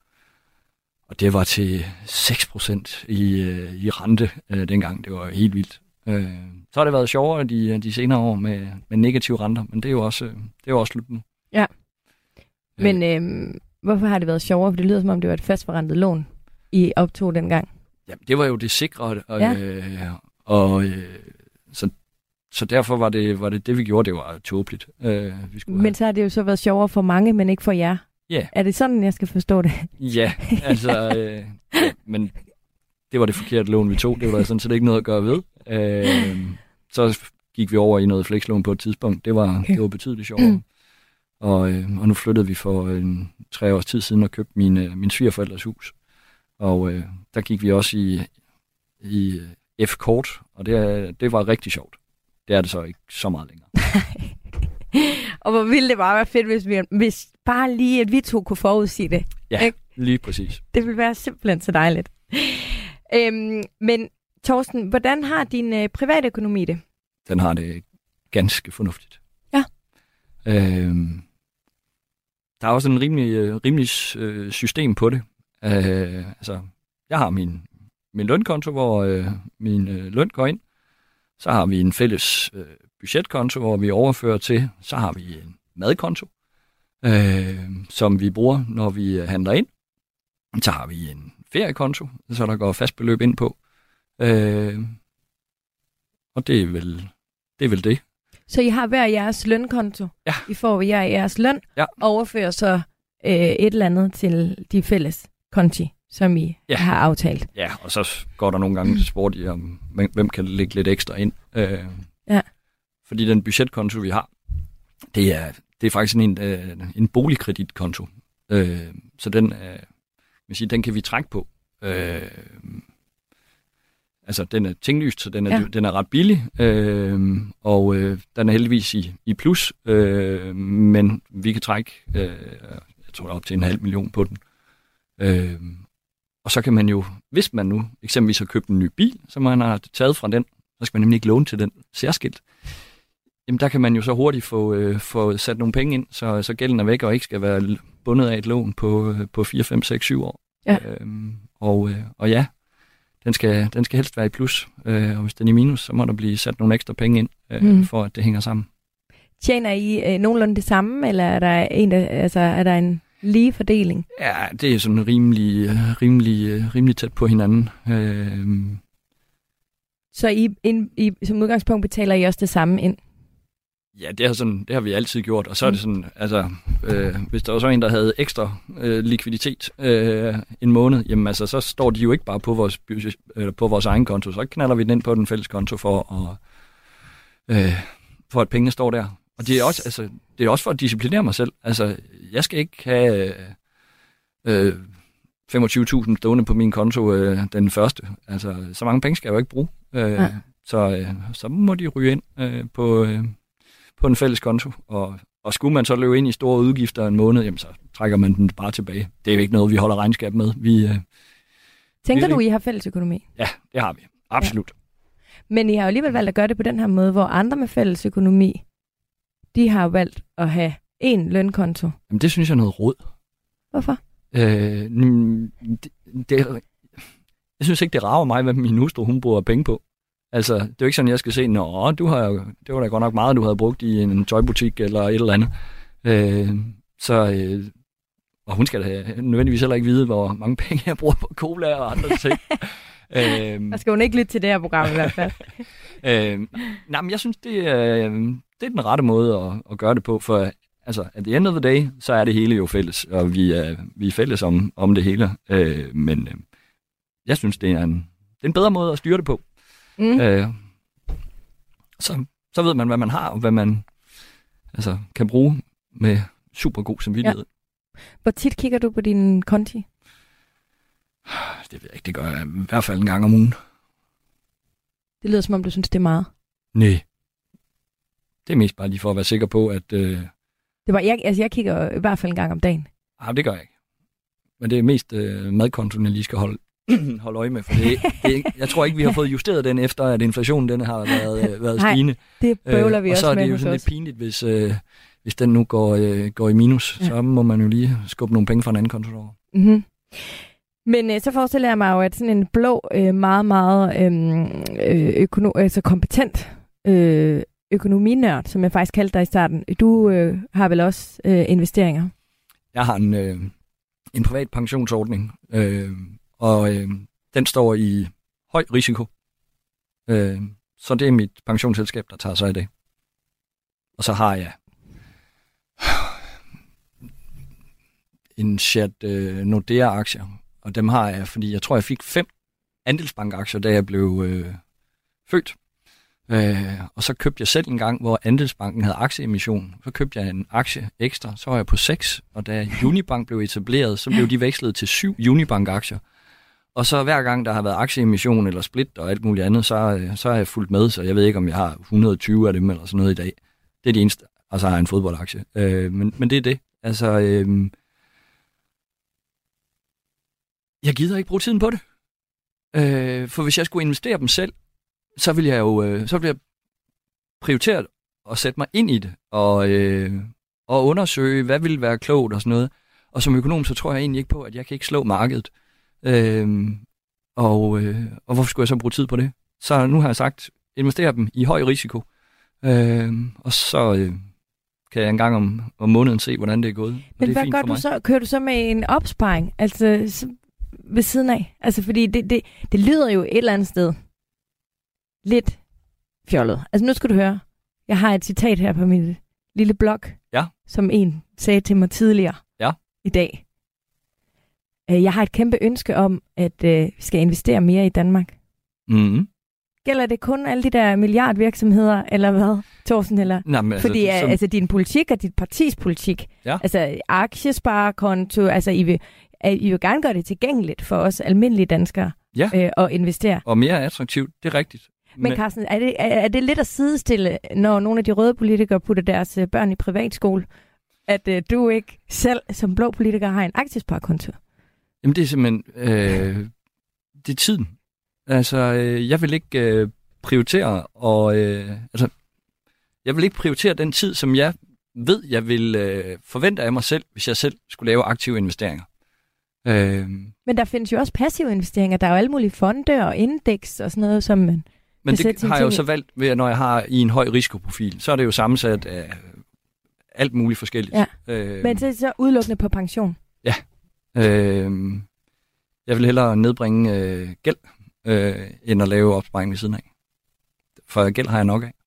[SPEAKER 4] og det var til seks procent i, øh, i rente øh, dengang, det var helt vildt. Øh, så har det været sjovere de, de senere år med, med negative renter, men det er jo også, det er jo også slut nu.
[SPEAKER 3] Ja, men øh, hvorfor har det været sjovere? For det lyder som om, det var et fastforrentet lån, I optog dengang. Jamen,
[SPEAKER 4] det var jo det sikre, og,
[SPEAKER 3] ja.
[SPEAKER 4] øh, og øh, så, så derfor var det, var det det, vi gjorde. Det var tåbeligt. Øh, vi skulle
[SPEAKER 3] men
[SPEAKER 4] have.
[SPEAKER 3] så har det jo så været sjovere for mange, men ikke for jer.
[SPEAKER 4] Ja. Yeah.
[SPEAKER 3] Er det sådan, jeg skal forstå det?
[SPEAKER 4] Ja, altså, øh, ja, men det var det forkerte lån, vi tog. Det var der sådan set ikke noget at gøre ved. Øh, så gik vi over i noget flekslån på et tidspunkt. Det var, okay. det var betydeligt sjovere. Og, øh, og nu flyttede vi for en tre års tid siden og købte min, øh, min svigerforældres hus. Og øh, der gik vi også i, i F-kort, og det, det var rigtig sjovt. Det er det så ikke så meget længere.
[SPEAKER 3] Og hvor ville det bare være fedt, hvis, vi, hvis bare lige, at vi to kunne forudsige det.
[SPEAKER 4] Ja, ikke? Lige præcis.
[SPEAKER 3] Det ville være simpelthen så dejligt. Øhm, men Torsten, hvordan har din øh, privatøkonomi det?
[SPEAKER 4] Den har det ganske fornuftigt.
[SPEAKER 3] Ja.
[SPEAKER 4] Øhm, der er også en rimelig, rimelig øh, system på det. Øh, altså, jeg har min, min lønkonto, hvor øh, min øh, løn går ind. Så har vi en fælles øh, budgetkonto, hvor vi overfører til. Så har vi en madkonto, øh, som vi bruger, når vi handler ind. Så har vi en feriekonto, så der går fast beløb ind på. Øh, og det er, vel, det er vel det.
[SPEAKER 3] Så I har hver jeres lønkonto?
[SPEAKER 4] Ja.
[SPEAKER 3] I får hver jeres løn,
[SPEAKER 4] ja.
[SPEAKER 3] Og overfører så øh, et eller andet til de fælles konti, som I ja. har aftalt.
[SPEAKER 4] Ja, og så går der nogle gange til sport i, om hvem kan lægge lidt ekstra ind. Øh,
[SPEAKER 3] ja.
[SPEAKER 4] Fordi den budgetkonto, vi har, det er, det er faktisk en, øh, en boligkreditkonto. Øh, så den, øh, vil sige, den kan vi trække på. Øh, altså, den er tinglyst, så den er, ja. den er ret billig, øh, og øh, den er heldigvis i, i plus, øh, men vi kan trække, øh, jeg tror, op til en halv million på den. Øh, og så kan man jo, hvis man nu eksempelvis har købt en ny bil, som man har taget fra den, så skal man nemlig ikke låne til den særskilt. Jamen der kan man jo så hurtigt få, øh, få sat nogle penge ind, så, så gælden er væk og ikke skal være bundet af et lån på, på fire, fem, seks, syv år.
[SPEAKER 3] Ja.
[SPEAKER 4] Øhm, og, øh, og ja, den skal, den skal helst være i plus, øh, og hvis den er i minus, så må der blive sat nogle ekstra penge ind, øh, mm. for at det hænger sammen.
[SPEAKER 3] Tjener I øh, nogenlunde det samme, eller er der en, der, altså, er der en lige fordeling?
[SPEAKER 4] Ja, det er sådan rimelig, rimelig, rimelig tæt på hinanden. Øh,
[SPEAKER 3] så I, ind, I som udgangspunkt betaler I også det samme ind?
[SPEAKER 4] Ja, det har, sådan, det har vi altid gjort, og så er det sådan, altså, øh, hvis der var så en, der havde ekstra øh, likviditet øh, en måned, jamen altså, så står de jo ikke bare på vores, øh, på vores egen konto, så knalder vi den ind på den fælles konto for, at, øh, for at pengene står der. Og det er også, altså, det er også for at disciplinere mig selv. Altså, jeg skal ikke have øh, femogtyve tusind stående på min konto øh, den første. Altså, så mange penge skal jeg jo ikke bruge. Øh, ja. Så, øh, så må de ryge ind øh, på... Øh, på en fælles konto, og, og skulle man så løbe ind i store udgifter en måned, jamen så trækker man den bare tilbage. Det er jo ikke noget, vi holder regnskab med. Vi, øh,
[SPEAKER 3] Tænker
[SPEAKER 4] vi,
[SPEAKER 3] du, I har fælles økonomi?
[SPEAKER 4] Ja, det har vi. Absolut.
[SPEAKER 3] Ja. Men I har jo alligevel valgt at gøre det på den her måde, hvor andre med fælles økonomi, de har valgt at have én lønkonto.
[SPEAKER 4] Jamen det synes jeg er noget råd.
[SPEAKER 3] Hvorfor?
[SPEAKER 4] Øh, det, det, jeg synes ikke, det rager mig, hvad min hustru, hun bruger penge på. Altså, det er jo ikke sådan, jeg skal se, nå, du har, det var da godt nok meget, du havde brugt i en tøjbutik eller et eller andet. Øh, så, øh, og hun skal da nødvendigvis heller ikke vide, hvor mange penge jeg bruger på cola og andre ting. øh,
[SPEAKER 3] Der skal hun ikke lytte til det her program i hvert fald.
[SPEAKER 4] øh, nej, men jeg synes, det er, det er den rette måde at, at gøre det på, for altså, at the end of the day, så er det hele jo fælles, og vi er, vi er fælles om, om det hele. Øh, men øh, jeg synes, det er, en, det er en bedre måde at styre det på. Mm. Øh, så, så ved man, hvad man har, og hvad man altså, kan bruge med super god samvittighed.
[SPEAKER 3] Ja. Hvor tit kigger du på din konti?
[SPEAKER 4] Det ved jeg ikke, det gør jeg i hvert fald en gang om ugen.
[SPEAKER 3] Det lyder som om, du synes, det er meget.
[SPEAKER 4] Nej. Det er mest bare lige for at være sikker på, at... Øh...
[SPEAKER 3] Det var, jeg, altså, jeg kigger i hvert fald en gang om dagen.
[SPEAKER 4] Ah, det gør jeg ikke. Men det er mest øh, madkontoen, jeg lige skal holde, holde øje med. For det, det, jeg tror ikke, vi har fået justeret den, efter at inflationen den har været, øh, været stigende.
[SPEAKER 3] Nej, det bøvler vi
[SPEAKER 4] øh,
[SPEAKER 3] også med.
[SPEAKER 4] Og så er det jo sådan lidt pinligt, hvis, øh, hvis den nu går, øh, går i minus. Ja. Så må man jo lige skubbe nogle penge fra en anden konto over.
[SPEAKER 3] Mm-hmm. Men øh, så forestiller jeg mig jo, at sådan en blå, øh, meget, meget øh, økono- altså kompetent øh, økonominørd, som jeg faktisk kaldte dig i starten, du øh, har vel også øh, investeringer? Jeg har en, øh, en privat pensionsordning, øh, og øh, den står i høj risiko. Øh, så det er mit pensionsselskab, der tager sig af det. Og så har jeg en chat øh, Nordea-aktier, og dem har jeg, fordi jeg tror, jeg fik fem andelsbankaktier, da jeg blev øh, født. Øh, og så købte jeg selv en gang, hvor Andelsbanken havde aktieemission. Så købte jeg en aktie ekstra, så var jeg på seks, og da Unibank blev etableret, så blev de vekslet til syv Unibank-aktier. Og så hver gang, der har været aktieemission eller split og alt muligt andet, så, så har jeg fulgt med, så jeg ved ikke, om jeg har et hundrede og tyve af dem eller sådan noget i dag. Det er det eneste, og så har jeg en fodboldaktie. Øh, men, men det er det. Altså, øh, jeg gider ikke bruge tiden på det. Øh, for hvis jeg skulle investere dem selv, så vil jeg jo øh, så vil jeg prioritere at sætte mig ind i det, og, øh, og undersøge, hvad vil være klogt og sådan noget. Og som økonom, så tror jeg egentlig ikke på, at jeg kan ikke slå markedet. Øh, og, øh, og hvorfor skulle jeg så bruge tid på det? Så nu har jeg sagt, investere dem i høj risiko. Øh, og så øh, kan jeg en gang om, om måneden se, hvordan det er gået. Men
[SPEAKER 4] det er
[SPEAKER 3] hvad
[SPEAKER 4] fint
[SPEAKER 3] gør
[SPEAKER 4] for
[SPEAKER 3] du
[SPEAKER 4] mig.
[SPEAKER 3] så? Kører du så med en opsparing? Altså så, ved siden af? Altså fordi det, det, det lyder jo et eller andet sted lidt fjollet. Altså nu skal du høre. Jeg har et citat her på min lille blog,
[SPEAKER 4] ja. Som
[SPEAKER 3] en sagde til mig tidligere
[SPEAKER 4] ja.
[SPEAKER 3] i dag. Jeg har et kæmpe ønske om, at øh, vi skal investere mere i Danmark.
[SPEAKER 4] Mm-hmm.
[SPEAKER 3] Gælder det kun alle de der milliardvirksomheder, eller hvad, Thorsten? Eller?
[SPEAKER 4] Nå, men altså,
[SPEAKER 3] Fordi
[SPEAKER 4] som...
[SPEAKER 3] altså, din politik og dit partis politik,
[SPEAKER 4] ja.
[SPEAKER 3] altså aktiesparekonto, altså I vil, I vil gerne gøre det tilgængeligt for os almindelige danskere
[SPEAKER 4] ja.
[SPEAKER 3] øh, at investere.
[SPEAKER 4] Og mere attraktivt, det er rigtigt.
[SPEAKER 3] Men, Men Carsten, er det, er, er det lidt at sidestille, når nogle af de røde politikere putter deres børn i privatskole, at øh, du ikke selv som blå politiker har en aktiesparekonto?
[SPEAKER 4] Jamen det er simpelthen, øh, det er tiden. Altså, øh, jeg vil ikke øh, prioritere, og øh, altså, jeg vil ikke prioritere den tid, som jeg ved, jeg vil øh, forvente af mig selv, hvis jeg selv skulle lave aktive investeringer. Øh,
[SPEAKER 3] Men der findes jo også passive investeringer. Der er jo alle mulige fonde og indeks og sådan noget, som man
[SPEAKER 4] Men det har jeg jo så valgt ved, at når jeg har i en høj risikoprofil, så er det jo sammensat af alt muligt forskelligt.
[SPEAKER 3] Ja.
[SPEAKER 4] Øh,
[SPEAKER 3] Men det er så udelukkende på pension?
[SPEAKER 4] Ja. Øh, jeg vil hellere nedbringe øh, gæld, øh, end at lave opsparing ved siden af. For gæld har jeg nok af.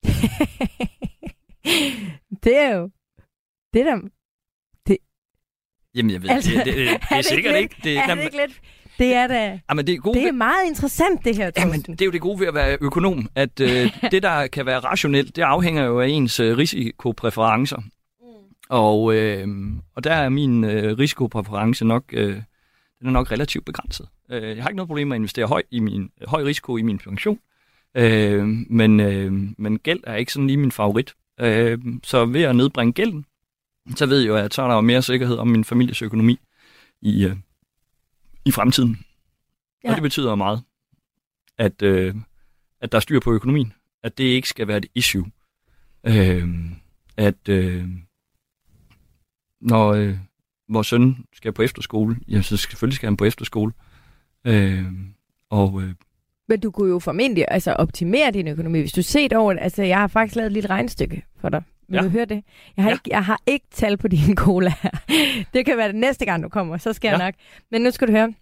[SPEAKER 3] Det er jo... Det er da... Det...
[SPEAKER 4] Jamen, jeg ved, altså, det, det, det, det er, er det sikkert ikke...
[SPEAKER 3] Det, er det ikke lidt... Det er da...
[SPEAKER 4] Jamen, det, er gode
[SPEAKER 3] det er meget interessant, det her, Thorsten.
[SPEAKER 4] Jamen, det er jo det gode ved at være økonom, at øh, det, der kan være rationelt, det afhænger jo af ens øh, risikopræferencer. Mm. Og, øh, og der er min øh, risikopræference nok, øh, den er nok relativt begrænset. Øh, jeg har ikke noget problem med at investere høj, i min, øh, høj risiko i min pension, øh, men, øh, men gæld er ikke sådan lige min favorit. Øh, så ved at nedbringe gælden, så ved jeg jo, at så er der jo mere sikkerhed om min families økonomi i, øh, i fremtiden. Ja. Og det betyder meget, at, øh, at der er styr på økonomien. At det ikke skal være et issue. Øh, at øh, når, øh, vores søn skal på efterskole, ja, så selvfølgelig skal han på efterskole. Øh, og... Øh,
[SPEAKER 3] Men du kunne jo formentlig altså, optimere din økonomi, hvis du ser over det. Altså, jeg har faktisk lavet et lille regnestykke for dig. Vil ja. du høre det? Jeg har, ja. ikke, jeg har ikke tal på din cola her. Det kan være det næste gang, du kommer, så skal ja. jeg nok. Men nu skal du høre.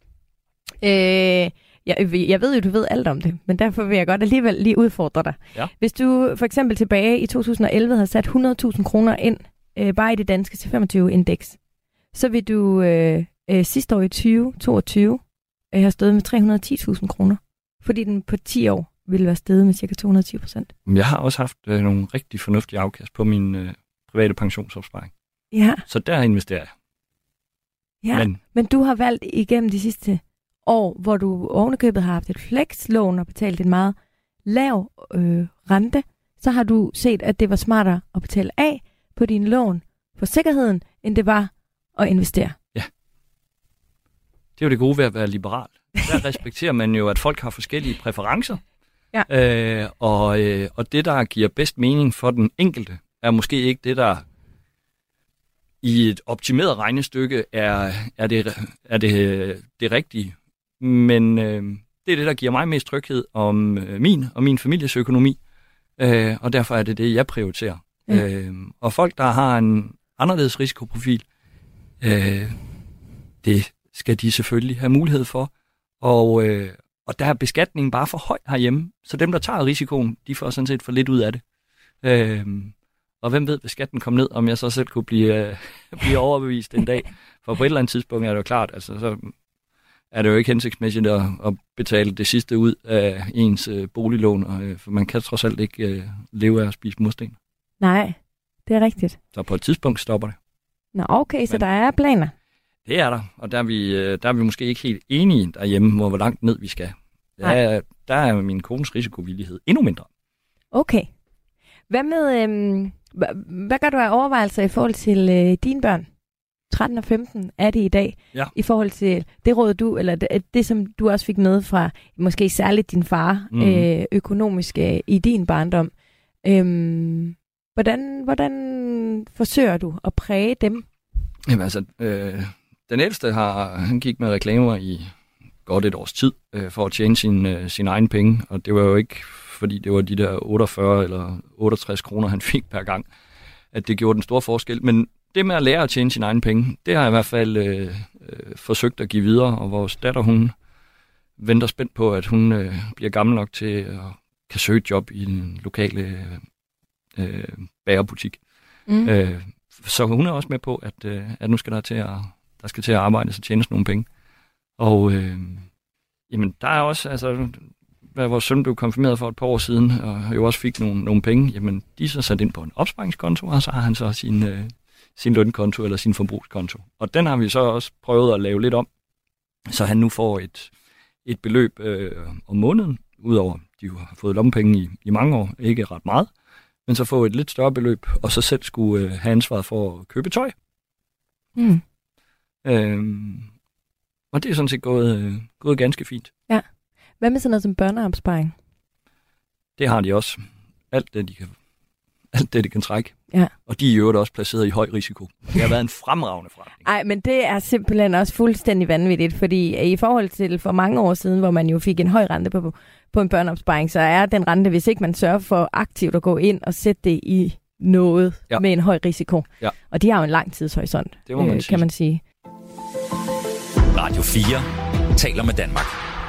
[SPEAKER 3] Øh, jeg, jeg ved jo, du ved alt om det, men derfor vil jeg godt alligevel lige udfordre dig. Ja. Hvis du for eksempel tilbage i to tusind og elleve havde sat hundrede tusind kroner ind, øh, bare i det danske C femogtyve-indeks, så vil du øh, øh, sidste år i tyve toogtyve øh, have stået med tre hundrede og ti tusind kroner. Fordi den på ti år ville være steget med cirka to hundrede og ti procent.
[SPEAKER 4] Jeg har også haft øh, nogle rigtig fornuftige afkast på min øh, private pensionsopsparing.
[SPEAKER 3] Ja.
[SPEAKER 4] Så der investerer jeg.
[SPEAKER 3] Ja, men, men du har valgt igennem de sidste år, hvor du ovenikøbet har haft et flekslån og betalt en meget lav øh, rente, så har du set, at det var smartere at betale af på dine lån for sikkerheden, end det var at investere.
[SPEAKER 4] Ja. Det er jo det gode ved at være liberal. Der respekterer man jo, at folk har forskellige præferencer. Ja. Øh, og, øh, og det, der giver bedst mening for den enkelte, er måske ikke det, der i et optimeret regnestykke er, er, det, er det, det rigtige. Men øh, det er det, der giver mig mest tryghed om øh, min og min families økonomi. Øh, og derfor er det det, jeg prioriterer. Ja. Øh, og folk, der har en anderledes risikoprofil, øh, det skal de selvfølgelig have mulighed for. Og, øh, og der er beskatningen bare for høj herhjemme, så dem, der tager risikoen, de får sådan set for lidt ud af det. Øh, og hvem ved, hvis skatten kom ned, om jeg så selv kunne blive, øh, blive overbevist en dag. For på et eller andet tidspunkt er det jo klart, altså så er det jo ikke hensigtsmæssigt at, at betale det sidste ud af ens øh, boliglån, og, øh, for man kan trods alt ikke øh, leve af at spise mursten.
[SPEAKER 3] Nej, det er rigtigt.
[SPEAKER 4] Så på et tidspunkt stopper det.
[SPEAKER 3] Nå okay, så Men, der er planer.
[SPEAKER 4] Det er der, og der er, vi, der er vi måske ikke helt enige derhjemme, hvor, hvor langt ned vi skal. Der, der er min kones risikovillighed endnu mindre.
[SPEAKER 3] Okay. Hvad med, øhm, hvad gør du af overvejelser i forhold til øh, dine børn? tretten og femten er det i dag. Ja. I forhold til det råd du, eller det, det som du også fik med fra, måske særligt din far, mm. øh, økonomisk øh, i din barndom. Øhm, hvordan, hvordan forsøger du at præge dem?
[SPEAKER 4] Jamen altså... Øh... Den ældste har, han gik med reklamer i godt et års tid øh, for at tjene sin, øh, sin egen penge, og det var jo ikke, fordi det var de der otteogfyrre eller otteogtres kroner, han fik per gang, at det gjorde den store forskel. Men det med at lære at tjene sin egen penge, det har jeg i hvert fald øh, øh, forsøgt at give videre, og vores datter, hun venter spændt på, at hun øh, bliver gammel nok til at kan søge et job i den lokale øh, bagerbutik. Mm. Øh, så hun er også med på, at, øh, at nu skal der til at der skal til at arbejde, så tjenes nogle penge. Og øh, jamen, der er også, altså, hvad vores søn blev konfirmeret for et par år siden, og jo også fik nogle, nogle penge, jamen, de er så sat ind på en opsparingskonto, og så har han så sin, øh, sin lønkonto eller sin forbrugskonto. Og den har vi så også prøvet at lave lidt om, så han nu får et, et beløb øh, om måneden, udover de har fået lommepenge i, i mange år, ikke ret meget, men så få et lidt større beløb, og så selv skulle øh, have ansvaret for at købe tøj.
[SPEAKER 3] Mm.
[SPEAKER 4] Øhm, og det er sådan set gået, øh, gået ganske fint.
[SPEAKER 3] Ja. Hvad med sådan noget som børneopsparing?
[SPEAKER 4] Det har de også. Alt det, de kan, alt det, de kan trække.
[SPEAKER 3] Ja.
[SPEAKER 4] Og de er jo også placeret i høj risiko. Det har været en fremragende forretning.
[SPEAKER 3] Nej, men det er simpelthen også fuldstændig vanvittigt, fordi i forhold til for mange år siden, hvor man jo fik en høj rente på, på en børneopsparing, så er den rente, hvis ikke man sørger for aktivt at gå ind og sætte det i noget ja. med en høj risiko. Ja. Og de har jo en lang tidshorisont, det må man øh, kan man sige.
[SPEAKER 2] Radio fire taler med Danmark.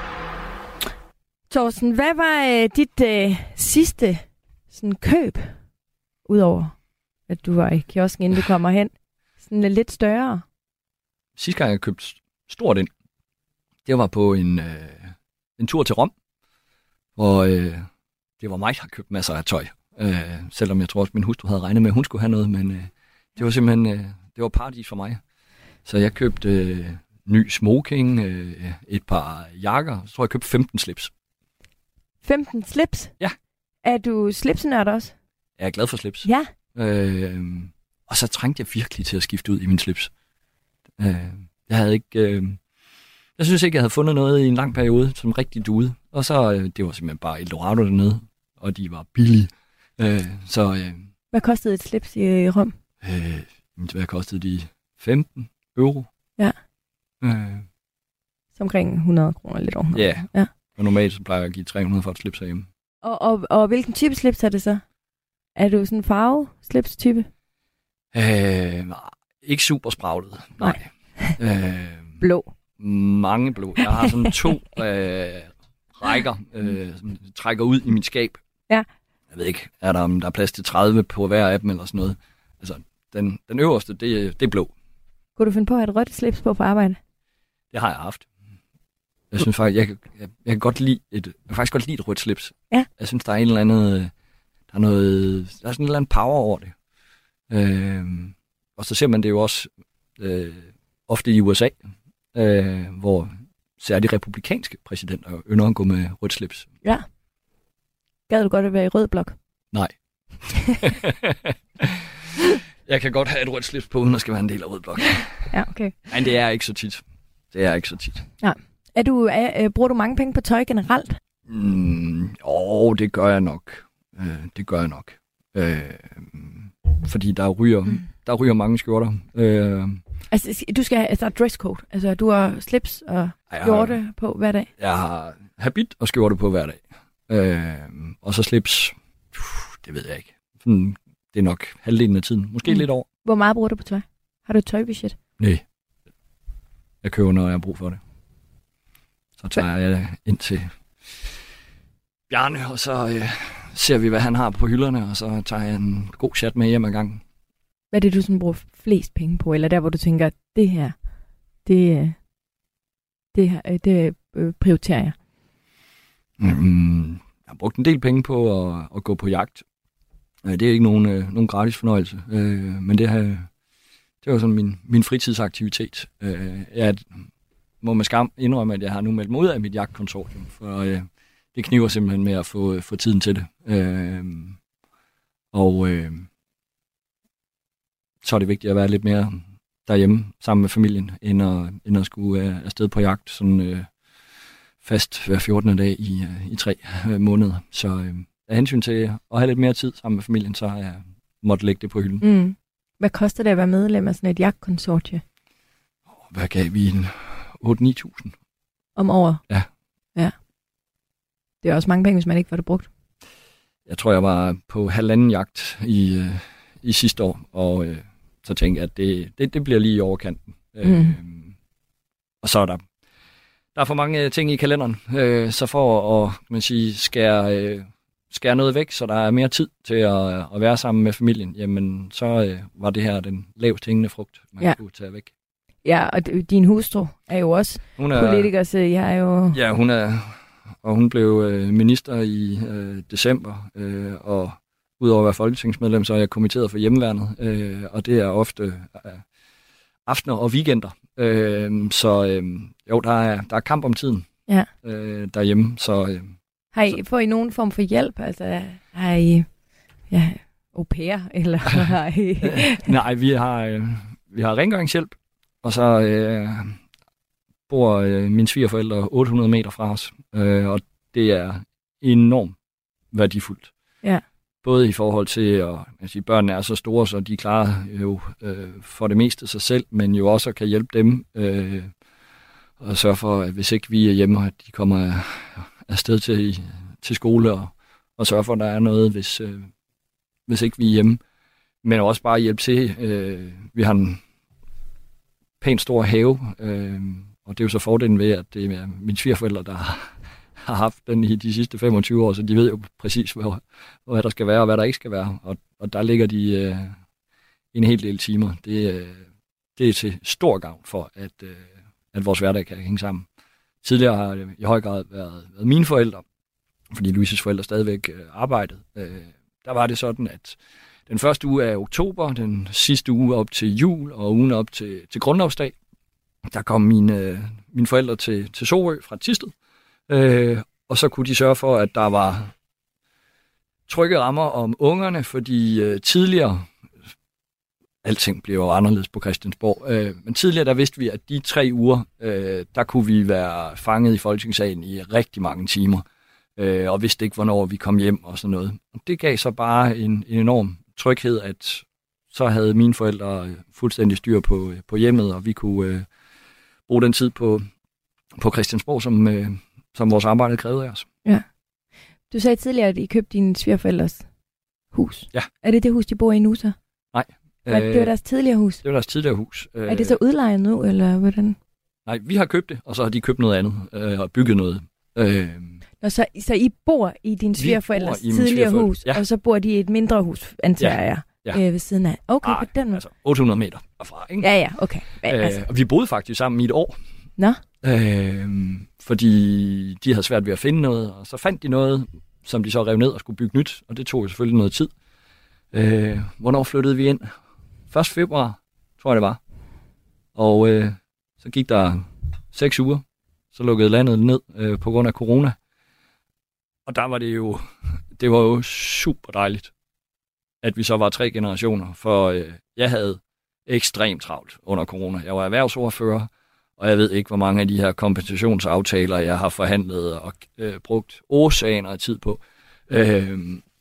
[SPEAKER 3] Thorsten, hvad var øh, dit øh, sidste sådan, køb, udover at du var i kiosken, inden du kommer hen? Sådan lidt større.
[SPEAKER 4] Sidste gang jeg købte stort ind, det var på en, øh, en tur til Rom, hvor øh, det var mig, der købte masser af tøj. Øh, selvom jeg tror også, min hustru havde regnet med, at hun skulle have noget, men øh, det var simpelthen øh, det var paradis for mig. Så jeg købte øh, ny smoking, øh, et par jakker, så tror jeg, jeg købte femten slips.
[SPEAKER 3] femten slips?
[SPEAKER 4] Ja.
[SPEAKER 3] Er du slipsenørd også?
[SPEAKER 4] Jeg er glad for slips.
[SPEAKER 3] Ja.
[SPEAKER 4] Øh, og så trængte jeg virkelig til at skifte ud i min slips. Øh, jeg havde ikke... Øh, jeg synes ikke, jeg havde fundet noget i en lang periode, som rigtig duede. Og så, øh, det var simpelthen bare Eldorado dernede, og de var billige. Øh, så, øh,
[SPEAKER 3] hvad kostede et slips i Rom?
[SPEAKER 4] Øh, hvad kostede de? femten? euro.
[SPEAKER 3] Ja.
[SPEAKER 4] Øh,
[SPEAKER 3] Så omkring hundrede kroner, lidt over hundrede.
[SPEAKER 4] ja.
[SPEAKER 3] ja.
[SPEAKER 4] Og normalt så plejer jeg at give tre hundrede for et slips herhjemme.
[SPEAKER 3] Og, og, og hvilken type slips er det så? Er du sådan en farve-slips-type?
[SPEAKER 4] Øh, nej, ikke super spraglet. Nej. øh,
[SPEAKER 3] Blå.
[SPEAKER 4] Mange blå. Jeg har sådan to øh, rækker, øh, som trækker ud i mit skab.
[SPEAKER 3] Ja.
[SPEAKER 4] Jeg ved ikke, er der, om der er plads til tredive på hver af dem eller sådan noget. Altså, den, den øverste, det, det er blå.
[SPEAKER 3] Kunne du finde på at have et rødt slips på på arbejde?
[SPEAKER 4] Det har jeg haft. Jeg synes faktisk, jeg, jeg, jeg kan godt lide et, jeg kan faktisk godt lide et rødt slips.
[SPEAKER 3] Ja.
[SPEAKER 4] Jeg synes, der er en eller anden, der er noget, der er sådan en eller anden power over det. Øh, og så ser man det jo også øh, ofte i U S A, øh, hvor særligt republikanske præsidenter ynder at gå med rødt slips.
[SPEAKER 3] Ja. Gad du godt at være i rød blok?
[SPEAKER 4] Nej. Jeg kan godt have et rødt slips på, uden at skal være en del af rød blok.
[SPEAKER 3] Ja, okay.
[SPEAKER 4] Men det er ikke så tit. Det er ikke så tit.
[SPEAKER 3] Ja. Er du, er, bruger du mange penge på tøj generelt?
[SPEAKER 4] Mm, åh, det gør jeg nok. Øh, det gør jeg nok. Øh, fordi der ryger, mm. der ryger mange skjorter. Øh,
[SPEAKER 3] altså, du skal have altså, dresscode. Altså, du har slips og skjorte på hver dag?
[SPEAKER 4] Jeg har habit og skjorte på hver dag. Øh, og så slips, Puh, det ved jeg ikke. Sådan, det er nok halvdelen af tiden. Måske mm. lidt over.
[SPEAKER 3] Hvor meget bruger du på tøj? Har du et tøjbudget?
[SPEAKER 4] Nej. Jeg køber, når jeg har brug for det. Så tager Hva? jeg ind til Bjarne, og så øh, ser vi, hvad han har på hylderne, og så tager jeg en god chat med hjem ad gangen.
[SPEAKER 3] Hvad er det, du sådan bruger flest penge på? Eller der, hvor du tænker, det her, det, det, her, det prioriterer jeg?
[SPEAKER 4] Mm, jeg har brugt en del penge på at, at gå på jagt. Det er ikke nogen, øh, nogen gratis fornøjelse, øh, men det, her, det var sådan min, min fritidsaktivitet. Øh, jeg må med skam indrømme, at jeg har nu meldt mig ud af mit jagtkonsortium, for øh, det kniver simpelthen med at få, få tiden til det. Øh, og øh, så er det vigtigt at være lidt mere derhjemme sammen med familien, end at, end at skulle øh, afsted på jagt sådan øh, fast hver fjortende dag i, øh, i tre øh, måneder. Så øh, af hensyn til at have lidt mere tid sammen med familien, så har jeg måttet lægge det på hylden.
[SPEAKER 3] Mm. Hvad koster det at være medlem af sådan et jagtkonsortie?
[SPEAKER 4] Hvad gav vi? otte til ni tusind.
[SPEAKER 3] Om året?
[SPEAKER 4] Ja.
[SPEAKER 3] Ja. Det er også mange penge, hvis man ikke får det brugt.
[SPEAKER 4] Jeg tror, jeg var på halvanden jagt i, øh, i sidste år, og øh, så tænkte jeg, at det, det, det bliver lige i overkanten. Mm. Øh, og så er der, der er for mange ting i kalenderen, øh, så for at man sige, skære, øh, skære noget væk, så der er mere tid til at, at være sammen med familien, jamen så øh, var det her den lavest hængende frugt, man ja. kunne tage væk.
[SPEAKER 3] Ja, og din hustru er jo også hun er, politiker, så jeg er jo...
[SPEAKER 4] Ja, hun er, og hun blev øh, minister i øh, december, øh, og udover at være folketingsmedlem, så er jeg kommitteret for hjemmeværnet, øh, og det er ofte øh, aftener og weekender. Øh, så øh, jo, der er, der er kamp om tiden
[SPEAKER 3] ja.
[SPEAKER 4] øh, derhjemme. Så, øh,
[SPEAKER 3] har I, får I nogen form for hjælp? Altså, har I ja, au pair, eller har I...
[SPEAKER 4] Nej, vi har, øh, vi har rengøringshjælp. Og så øh, bor øh, mine svigerforældre otte hundrede meter fra os, øh, og det er enormt værdifuldt.
[SPEAKER 3] Ja.
[SPEAKER 4] Både i forhold til, at jeg siger, børnene er så store, så de klarer jo øh, for det meste sig selv, men jo også kan hjælpe dem øh, og sørge for, at hvis ikke vi er hjemme, at de kommer afsted til, til skole, og, og sørge for, at der er noget, hvis, øh, hvis ikke vi er hjemme. Men også bare hjælpe til. Øh, vi har en pænt stor have, øh, og det er jo så fordelen ved, at det er mine svigerforældre, der har, har haft den i de sidste femogtyve år, så de ved jo præcis, hvad, hvad der skal være og hvad der ikke skal være, og, og der ligger de øh, en hel del timer. Det, øh, det er til stor gavn for, at, øh, at vores hverdag kan hænge sammen. Tidligere har det i høj grad været, været mine forældre, fordi Louises forældre stadigvæk øh, arbejdede. Øh, der var det sådan, at den første uge af oktober, den sidste uge op til jul og ugen op til, til grundlovsdag, der kom mine, mine forældre til, til Sorø fra Thisted. Øh, og så kunne de sørge for, at der var trygge rammer om ungerne, fordi øh, tidligere, alting blev jo anderledes på Christiansborg, øh, men tidligere der vidste vi, at de tre uger, øh, der kunne vi være fanget i Folketingssalen i rigtig mange timer, øh, og vidste ikke, hvornår vi kom hjem og sådan noget. Og det gav så bare en, en enorm tryghed, at så havde mine forældre fuldstændig styr på, på hjemmet, og vi kunne øh, bruge den tid på, på Christiansborg, som, øh, som vores arbejde krævede af os.
[SPEAKER 3] Ja. Du sagde tidligere, at I købte dine svigerforældres hus.
[SPEAKER 4] Ja.
[SPEAKER 3] Er det det hus, de bor i nu så?
[SPEAKER 4] Nej.
[SPEAKER 3] Hvad, det var deres tidligere hus?
[SPEAKER 4] Det var deres tidligere hus.
[SPEAKER 3] Er det så udlejet nu, eller hvordan?
[SPEAKER 4] Nej, vi har købt det, og så har de købt noget andet øh, og bygget noget. Øh,
[SPEAKER 3] Nå, så, så I bor i din svigerforældres tidligere
[SPEAKER 4] svigerforældre.
[SPEAKER 3] hus,
[SPEAKER 4] Ja.
[SPEAKER 3] og så bor de i et mindre hus, antager
[SPEAKER 4] Ja.
[SPEAKER 3] jeg,
[SPEAKER 4] Ja.
[SPEAKER 3] øh, ved siden af. Okay,
[SPEAKER 4] Ej,
[SPEAKER 3] på den måde.
[SPEAKER 4] altså otte hundrede meter derfra, ikke?
[SPEAKER 3] Ja, ja, okay. Men,
[SPEAKER 4] Øh,
[SPEAKER 3] altså.
[SPEAKER 4] og vi boede faktisk sammen i et år.
[SPEAKER 3] Nå?
[SPEAKER 4] Øh, fordi de havde svært ved at finde noget, og så fandt de noget, som de så rev ned og skulle bygge nyt, og det tog jo selvfølgelig noget tid. Øh, hvornår flyttede vi ind? første februar, tror jeg det var. Og øh, så gik der seks uger, så lukkede landet ned øh, på grund af corona. Og der var det jo, det var jo super dejligt, at vi så var tre generationer, for øh, jeg havde ekstremt travlt under corona. Jeg var erhvervsordfører, og jeg ved ikke, hvor mange af de her kompensationsaftaler, jeg har forhandlet og øh, brugt årsagen og tid på. Øh,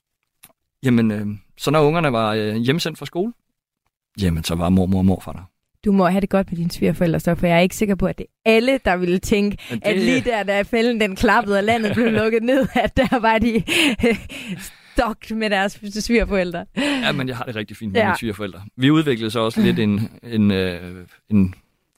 [SPEAKER 4] jamen, øh, så når ungerne var øh, hjemsendt fra skole, jamen, så var mormor og morfar der.
[SPEAKER 3] Du må have det godt med dine svigerforældre, så, for jeg er ikke sikker på, at det er alle, der ville tænke, det... at lige der, da fælden den klappede, og landet blev lukket ned, at der var de stokt med deres svigerforældre.
[SPEAKER 4] Ja, men jeg har det rigtig fint med
[SPEAKER 3] ja.
[SPEAKER 4] mine svigerforældre. Vi udviklede så også lidt en, en, øh, en,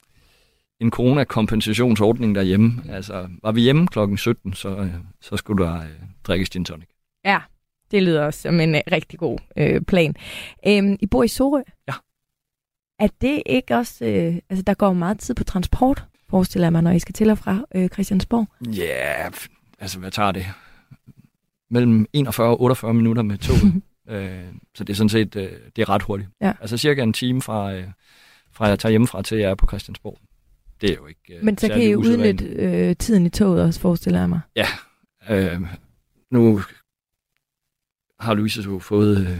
[SPEAKER 4] en coronakompensationsordning derhjemme. Altså, var vi hjemme klokken sytten, så, øh, så skulle der øh, drikkes gin tonic.
[SPEAKER 3] Ja, det lyder også som en øh, rigtig god øh, plan. Æm, I bor i Sorø?
[SPEAKER 4] Ja.
[SPEAKER 3] Er det ikke også... Øh, altså, der går meget tid på transport, forestiller jeg mig, når I skal til og fra øh, Christiansborg?
[SPEAKER 4] Ja, yeah, altså, hvad tager det? Mellem enogfyrre og otteogfyrre minutter med toget. øh, så det er sådan set øh, det er ret hurtigt.
[SPEAKER 3] Ja.
[SPEAKER 4] Altså cirka en time fra, øh, fra jeg tager hjemmefra til jeg er på Christiansborg. Det er jo ikke øh,
[SPEAKER 3] Men så kan I jo udnytte øh, tiden i toget også, forestiller jeg mig.
[SPEAKER 4] Ja. Øh, nu har Louise jo fået... Øh,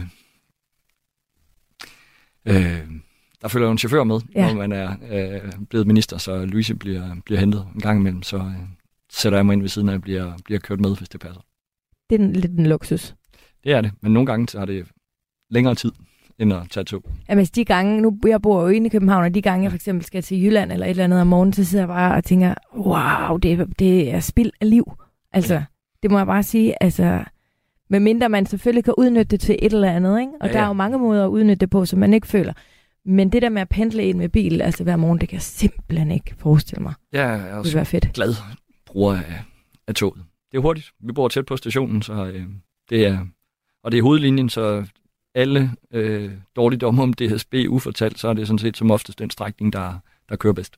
[SPEAKER 4] øh, der følger jo en chauffør med, ja. Når man er øh, blevet minister, så Louise bliver, bliver hentet en gang imellem, så øh, sætter jeg mig ind ved siden af og bliver, bliver kørt med, hvis det passer.
[SPEAKER 3] Det er en, lidt en luksus.
[SPEAKER 4] Det er det, men nogle gange så har det længere tid, end at tage tog.
[SPEAKER 3] Jamen de gange, nu jeg bor jo inde i København, og de gange jeg for eksempel skal til Jylland eller et eller andet om morgenen, så sidder jeg bare og tænker, wow, det, det er spild af liv. Altså, ja. Det må jeg bare sige, altså, medmindre man selvfølgelig kan udnytte det til et eller andet, ikke? Og ja, ja. Der er jo mange måder at udnytte det på, som man ikke føler. Men det der med at pendle ind med bil, altså hver morgen, det kan jeg simpelthen ikke forestille mig.
[SPEAKER 4] Ja, jeg er også
[SPEAKER 3] det være fedt.
[SPEAKER 4] glad bruger af, af toget. Det er hurtigt. Vi bor tæt på stationen, så øh, det er... Og det er hovedlinjen, så alle øh, dårligdomme om D S B ufortalt, så er det sådan set som oftest den strækning, der, der kører bedst.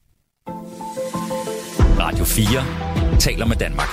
[SPEAKER 2] Radio fire taler med Danmark.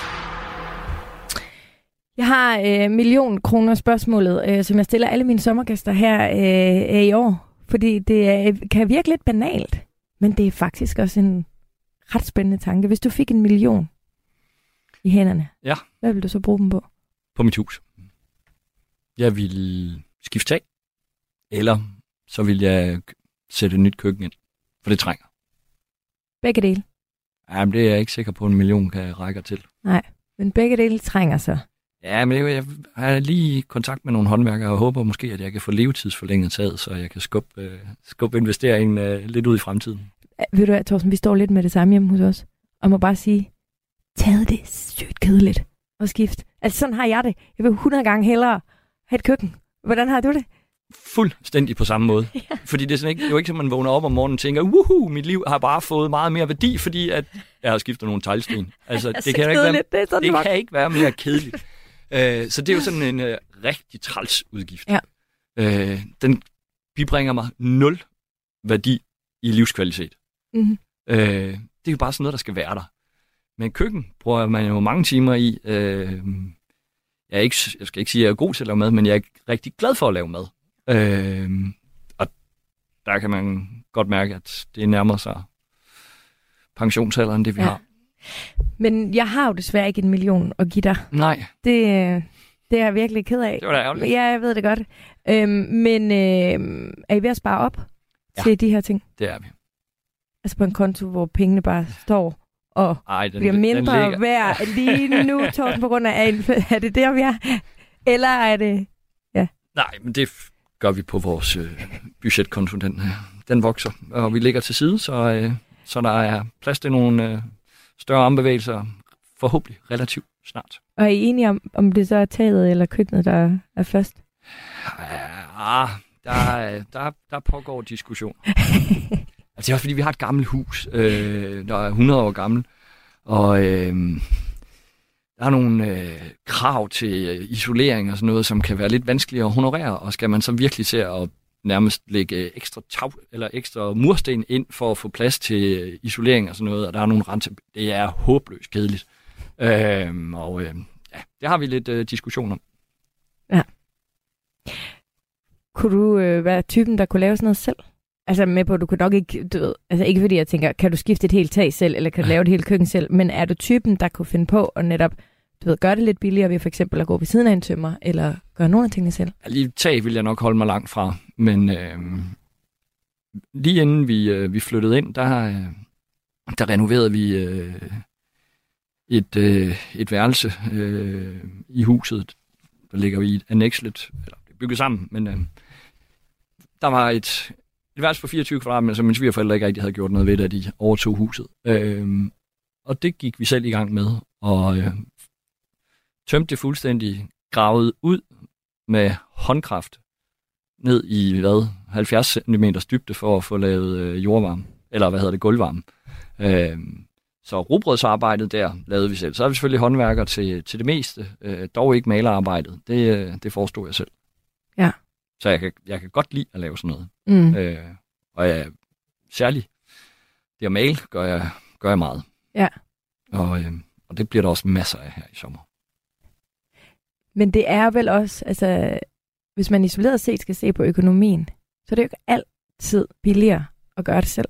[SPEAKER 3] Jeg har øh, million kroner spørgsmålet, øh, som jeg stiller alle mine sommergæster her øh, i år. Fordi det er, kan virke lidt banalt, men det er faktisk også en ret spændende tanke. Hvis du fik en million i hænderne,
[SPEAKER 4] ja.
[SPEAKER 3] Hvad vil du så bruge dem på?
[SPEAKER 4] På mit hus. Jeg vil skifte tag, eller så vil jeg sætte et nyt køkken ind, for det trænger.
[SPEAKER 3] Begge dele?
[SPEAKER 4] Jamen, det er jeg ikke sikker på, at en million kan række til.
[SPEAKER 3] Nej, men begge dele trænger så.
[SPEAKER 4] Ja, men jeg har lige kontakt med nogle håndværkere, og håber måske, at jeg kan få levetidsforlænget taget, så jeg kan skubbe, øh, skubbe investeringen øh, lidt ud i fremtiden.
[SPEAKER 3] Ved du hvad, Thorsten, vi står lidt med det samme hjemme hos os, og må bare sige, taget det sygt kedeligt og skift. Altså sådan har jeg det. Jeg vil hundrede gange hellere have et køkken. Hvordan har du det?
[SPEAKER 4] Fuldstændig på samme måde. Ja. Fordi det er sådan ikke, det er jo ikke, som man vågner op om morgenen og tænker, woohoo, mit liv har bare fået meget mere værdi, fordi at jeg har skiftet nogle teglsten. Altså, det, det, kan, ikke være, det, det kan ikke være mere kedeligt. uh, så det er jo sådan en uh, rigtig træls udgift.
[SPEAKER 3] Ja.
[SPEAKER 4] Uh, den bibringer mig nul værdi i livskvalitet.
[SPEAKER 3] Mm-hmm.
[SPEAKER 4] Uh, det er jo bare sådan noget, der skal være der. Men køkken bruger man jo mange timer i. Uh, jeg, er ikke, jeg skal ikke sige, at jeg er god til at lave mad, men jeg er rigtig glad for at lave mad. Uh, og der kan man godt mærke, at det nærmer sig pensionsalderen, det vi ja. har.
[SPEAKER 3] Men jeg har jo desværre ikke en million at give dig.
[SPEAKER 4] Nej.
[SPEAKER 3] Det, det er jeg virkelig ked af.
[SPEAKER 4] Det var da ærgerligt.
[SPEAKER 3] Ja, jeg ved det godt. Øhm, men øh, er I ved at spare op ja. til de her ting?
[SPEAKER 4] Det er vi.
[SPEAKER 3] Altså på en konto, hvor pengene bare står og Ej, den, bliver mindre den værd lige nu, Thorsten, på grund af, er det der, vi er? Eller er det... Ja.
[SPEAKER 4] Nej, men det gør vi på vores øh, budgetkonto. Den, øh, den vokser, og vi ligger til side, så, øh, så der er plads til nogle øh, større armbevægelser, forhåbentlig relativt snart.
[SPEAKER 3] Og er I enige om, om det så er taget eller køkkenet, der er først?
[SPEAKER 4] Ja, der, der, der pågår diskussion. Altså, det er også fordi, vi har et gammelt hus, øh, der er hundrede år gammelt, og øh, der er nogle øh, krav til isolering og sådan noget, som kan være lidt vanskeligere at honorere, og skal man så virkelig se at nærmest lægge ekstra tav eller ekstra mursten ind for at få plads til isolering og sådan noget, og der er nogle rente. Det er håbløst kedeligt. Øh, og øh, ja, det har vi lidt øh, diskussion om.
[SPEAKER 3] Ja. Kunne du øh, være typen, der kunne lave sådan noget selv? Altså med på, du kunne nok ikke, du ved, altså ikke fordi jeg tænker, kan du skifte et helt tag selv, eller kan du lave et helt køkken selv, men er du typen, der kunne finde på at netop, du ved, gøre det lidt billigere ved for eksempel at gå ved siden af en tømmer, eller gøre nogle af tingene selv?
[SPEAKER 4] Ja, lige tag vil jeg nok holde mig langt fra, men øh, lige inden vi, øh, vi flyttede ind, der, øh, der renoverede vi øh, et, øh, et værelse øh, i huset, der ligger vi i et annexlet, eller det er bygget sammen, men øh, der var et Et værelse på fireogtyve kvadratmeter, som mine svigerforældre ikke rigtig havde gjort noget ved, da de overtog huset. Øhm, og det gik vi selv i gang med, og øh, tømte det fuldstændig, gravet ud med håndkraft ned i, hvad, halvfjerds centimeter dybde for at få lavet øh, jordvarme, eller hvad hedder det, gulvvarme. Øhm, så rugbrødsarbejdet der lavede vi selv. Så er vi selvfølgelig håndværker til, til det meste, øh, dog ikke malerarbejdet. Det, øh, det forestod jeg selv.
[SPEAKER 3] Ja.
[SPEAKER 4] Så jeg kan, jeg kan godt lide at lave sådan noget.
[SPEAKER 3] Mm.
[SPEAKER 4] Øh, og jeg, særligt det at male gør jeg, gør jeg meget.
[SPEAKER 3] Ja.
[SPEAKER 4] Og, øh, og det bliver der også masser af her i sommer.
[SPEAKER 3] Men det er vel også, altså, hvis man isoleret set skal se på økonomien, så er det jo ikke altid billigere at gøre det selv.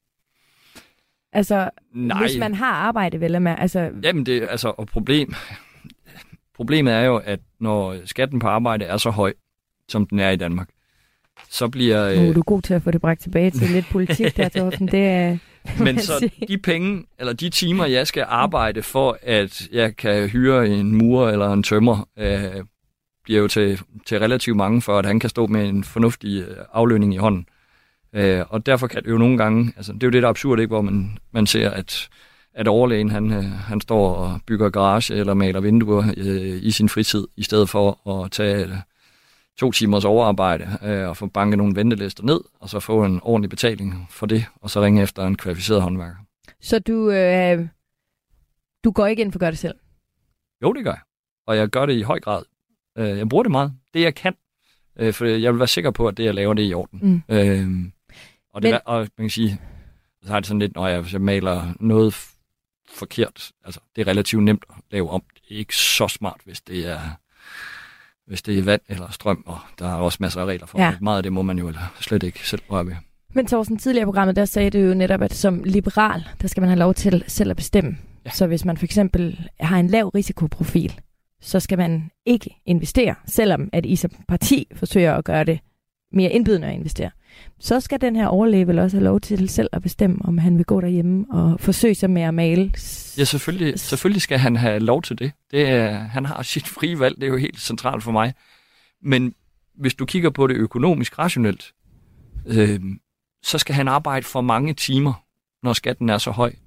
[SPEAKER 3] Altså,
[SPEAKER 4] Nej.
[SPEAKER 3] Hvis man har arbejde, vel med, altså...
[SPEAKER 4] Jamen, det altså, og problem, problemet er jo, at når skatten på arbejde er så høj, som den er i Danmark, så bliver...
[SPEAKER 3] Øh... Nu er du god til at få det bragt tilbage til lidt politik der, Torsten. Det er...
[SPEAKER 4] Men så de penge, eller de timer, jeg skal arbejde for, at jeg kan hyre en murer eller en tømrer, øh, bliver jo til, til relativt mange, for at han kan stå med en fornuftig aflønning i hånden. Øh, og derfor kan det jo nogle gange... Altså, det er jo det, der er absurd, ikke? Hvor man, man ser, at, at overlægen, han, han står og bygger garage eller maler vinduer øh, i sin fritid, i stedet for at tage... Øh, to timers overarbejde øh, og få banket nogle ventelister ned, og så få en ordentlig betaling for det, og så ringe efter en kvalificeret håndværker.
[SPEAKER 3] Så du, øh, du går ikke ind for at gøre det selv?
[SPEAKER 4] Jo, det gør jeg. Og jeg gør det i høj grad. Øh, jeg bruger det meget. Det, jeg kan. Øh, for jeg vil være sikker på, at det, jeg laver, det er i orden. Mm. Øh, og, det, Men... og man kan sige, så har det sådan lidt, når jeg, jeg maler noget f- forkert. Altså, det er relativt nemt at lave om. Det er ikke så smart, hvis det er... Hvis det er vand eller strøm, og der er også masser af regler for. Ja. Meget af det må man jo slet ikke selv røre ved.
[SPEAKER 3] Men Torsten, tidligere i programmet, der sagde du jo netop, at som liberal, der skal man have lov til selv at bestemme. Ja. Så hvis man for eksempel har en lav risikoprofil, så skal man ikke investere, selvom at I som parti forsøger at gøre det mere indbydende at investere. Så skal den her overlæge vel også have lov til selv at bestemme, om han vil gå derhjemme og forsøge sig med at male.
[SPEAKER 4] Ja, selvfølgelig, selvfølgelig skal han have lov til det. det er, han har sit frie valg, det er jo helt centralt for mig. Men hvis du kigger på det økonomisk rationelt, øh, så skal han arbejde for mange timer, når skatten er så høj,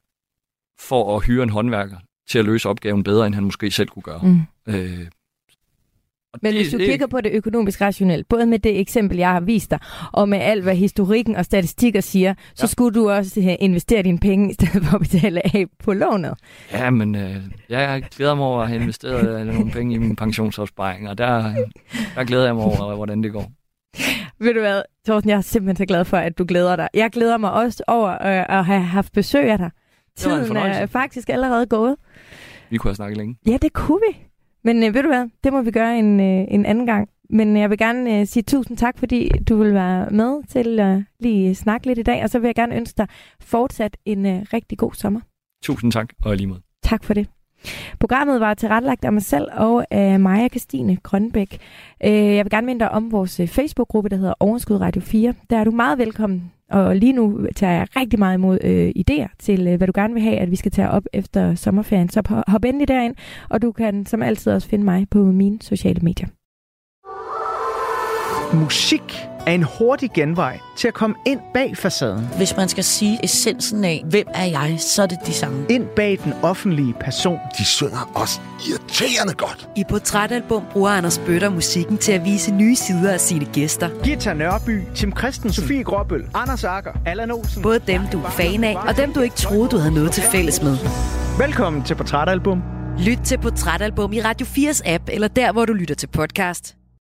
[SPEAKER 4] for at hyre en håndværker til at løse opgaven bedre, end han måske selv kunne gøre. Mm. Øh,
[SPEAKER 3] Men det, hvis du det... kigger på det økonomisk rationelt, både med det eksempel, jeg har vist dig, og med alt, hvad historikken og statistikker siger, så ja. skulle du også have investeret dine penge, i stedet for at betale af på lånet.
[SPEAKER 4] Ja, men øh, jeg glæder mig over at have investeret nogle penge i min pensionsopsparing, og der, der glæder jeg mig over, hvordan det går.
[SPEAKER 3] Ved du hvad, Torsten, jeg er simpelthen så glad for, at du glæder dig. Jeg glæder mig også over øh, at have haft besøg af dig. Tiden er faktisk allerede gået.
[SPEAKER 4] Vi kunne have snakket længe.
[SPEAKER 3] Ja, det kunne vi. Men øh, ved du hvad, det må vi gøre en, øh, en anden gang. Men jeg vil gerne øh, sige tusind tak, fordi du vil være med til at øh, lige snakke lidt i dag. Og så vil jeg gerne ønske dig fortsat en øh, rigtig god sommer.
[SPEAKER 4] Tusind tak, og lige måde.
[SPEAKER 3] Tak for det. Programmet var tilrettelagt af mig selv og af Maja Christine Grønbæk. Øh, jeg vil gerne minde dig om vores Facebook-gruppe, der hedder Overskud Radio fire. Der er du meget velkommen. Og lige nu tager jeg rigtig meget imod øh, idéer til, øh, hvad du gerne vil have, at vi skal tage op efter sommerferien. Så hop endelig derind, og du kan som altid også finde mig på mine sociale medier.
[SPEAKER 6] Musik er en hurtig genvej til at komme ind bag facaden.
[SPEAKER 7] Hvis man skal sige essensen af, hvem er jeg, så er det de samme.
[SPEAKER 6] Ind bag den offentlige person.
[SPEAKER 8] De synger også irriterende godt.
[SPEAKER 1] I Portrætalbum bruger Anders Bøtter musikken til at vise nye sider af sine gæster.
[SPEAKER 6] Gita Nørby, Tim Christensen, Sofie Gråbøl, Anders Agger, Allan Olsen.
[SPEAKER 1] Både dem, du er fan af, og dem, du ikke troede, du havde noget til fælles med.
[SPEAKER 6] Velkommen til Portrætalbum.
[SPEAKER 1] Lyt til Portrætalbum i Radio fires app, eller der, hvor du lytter til podcast.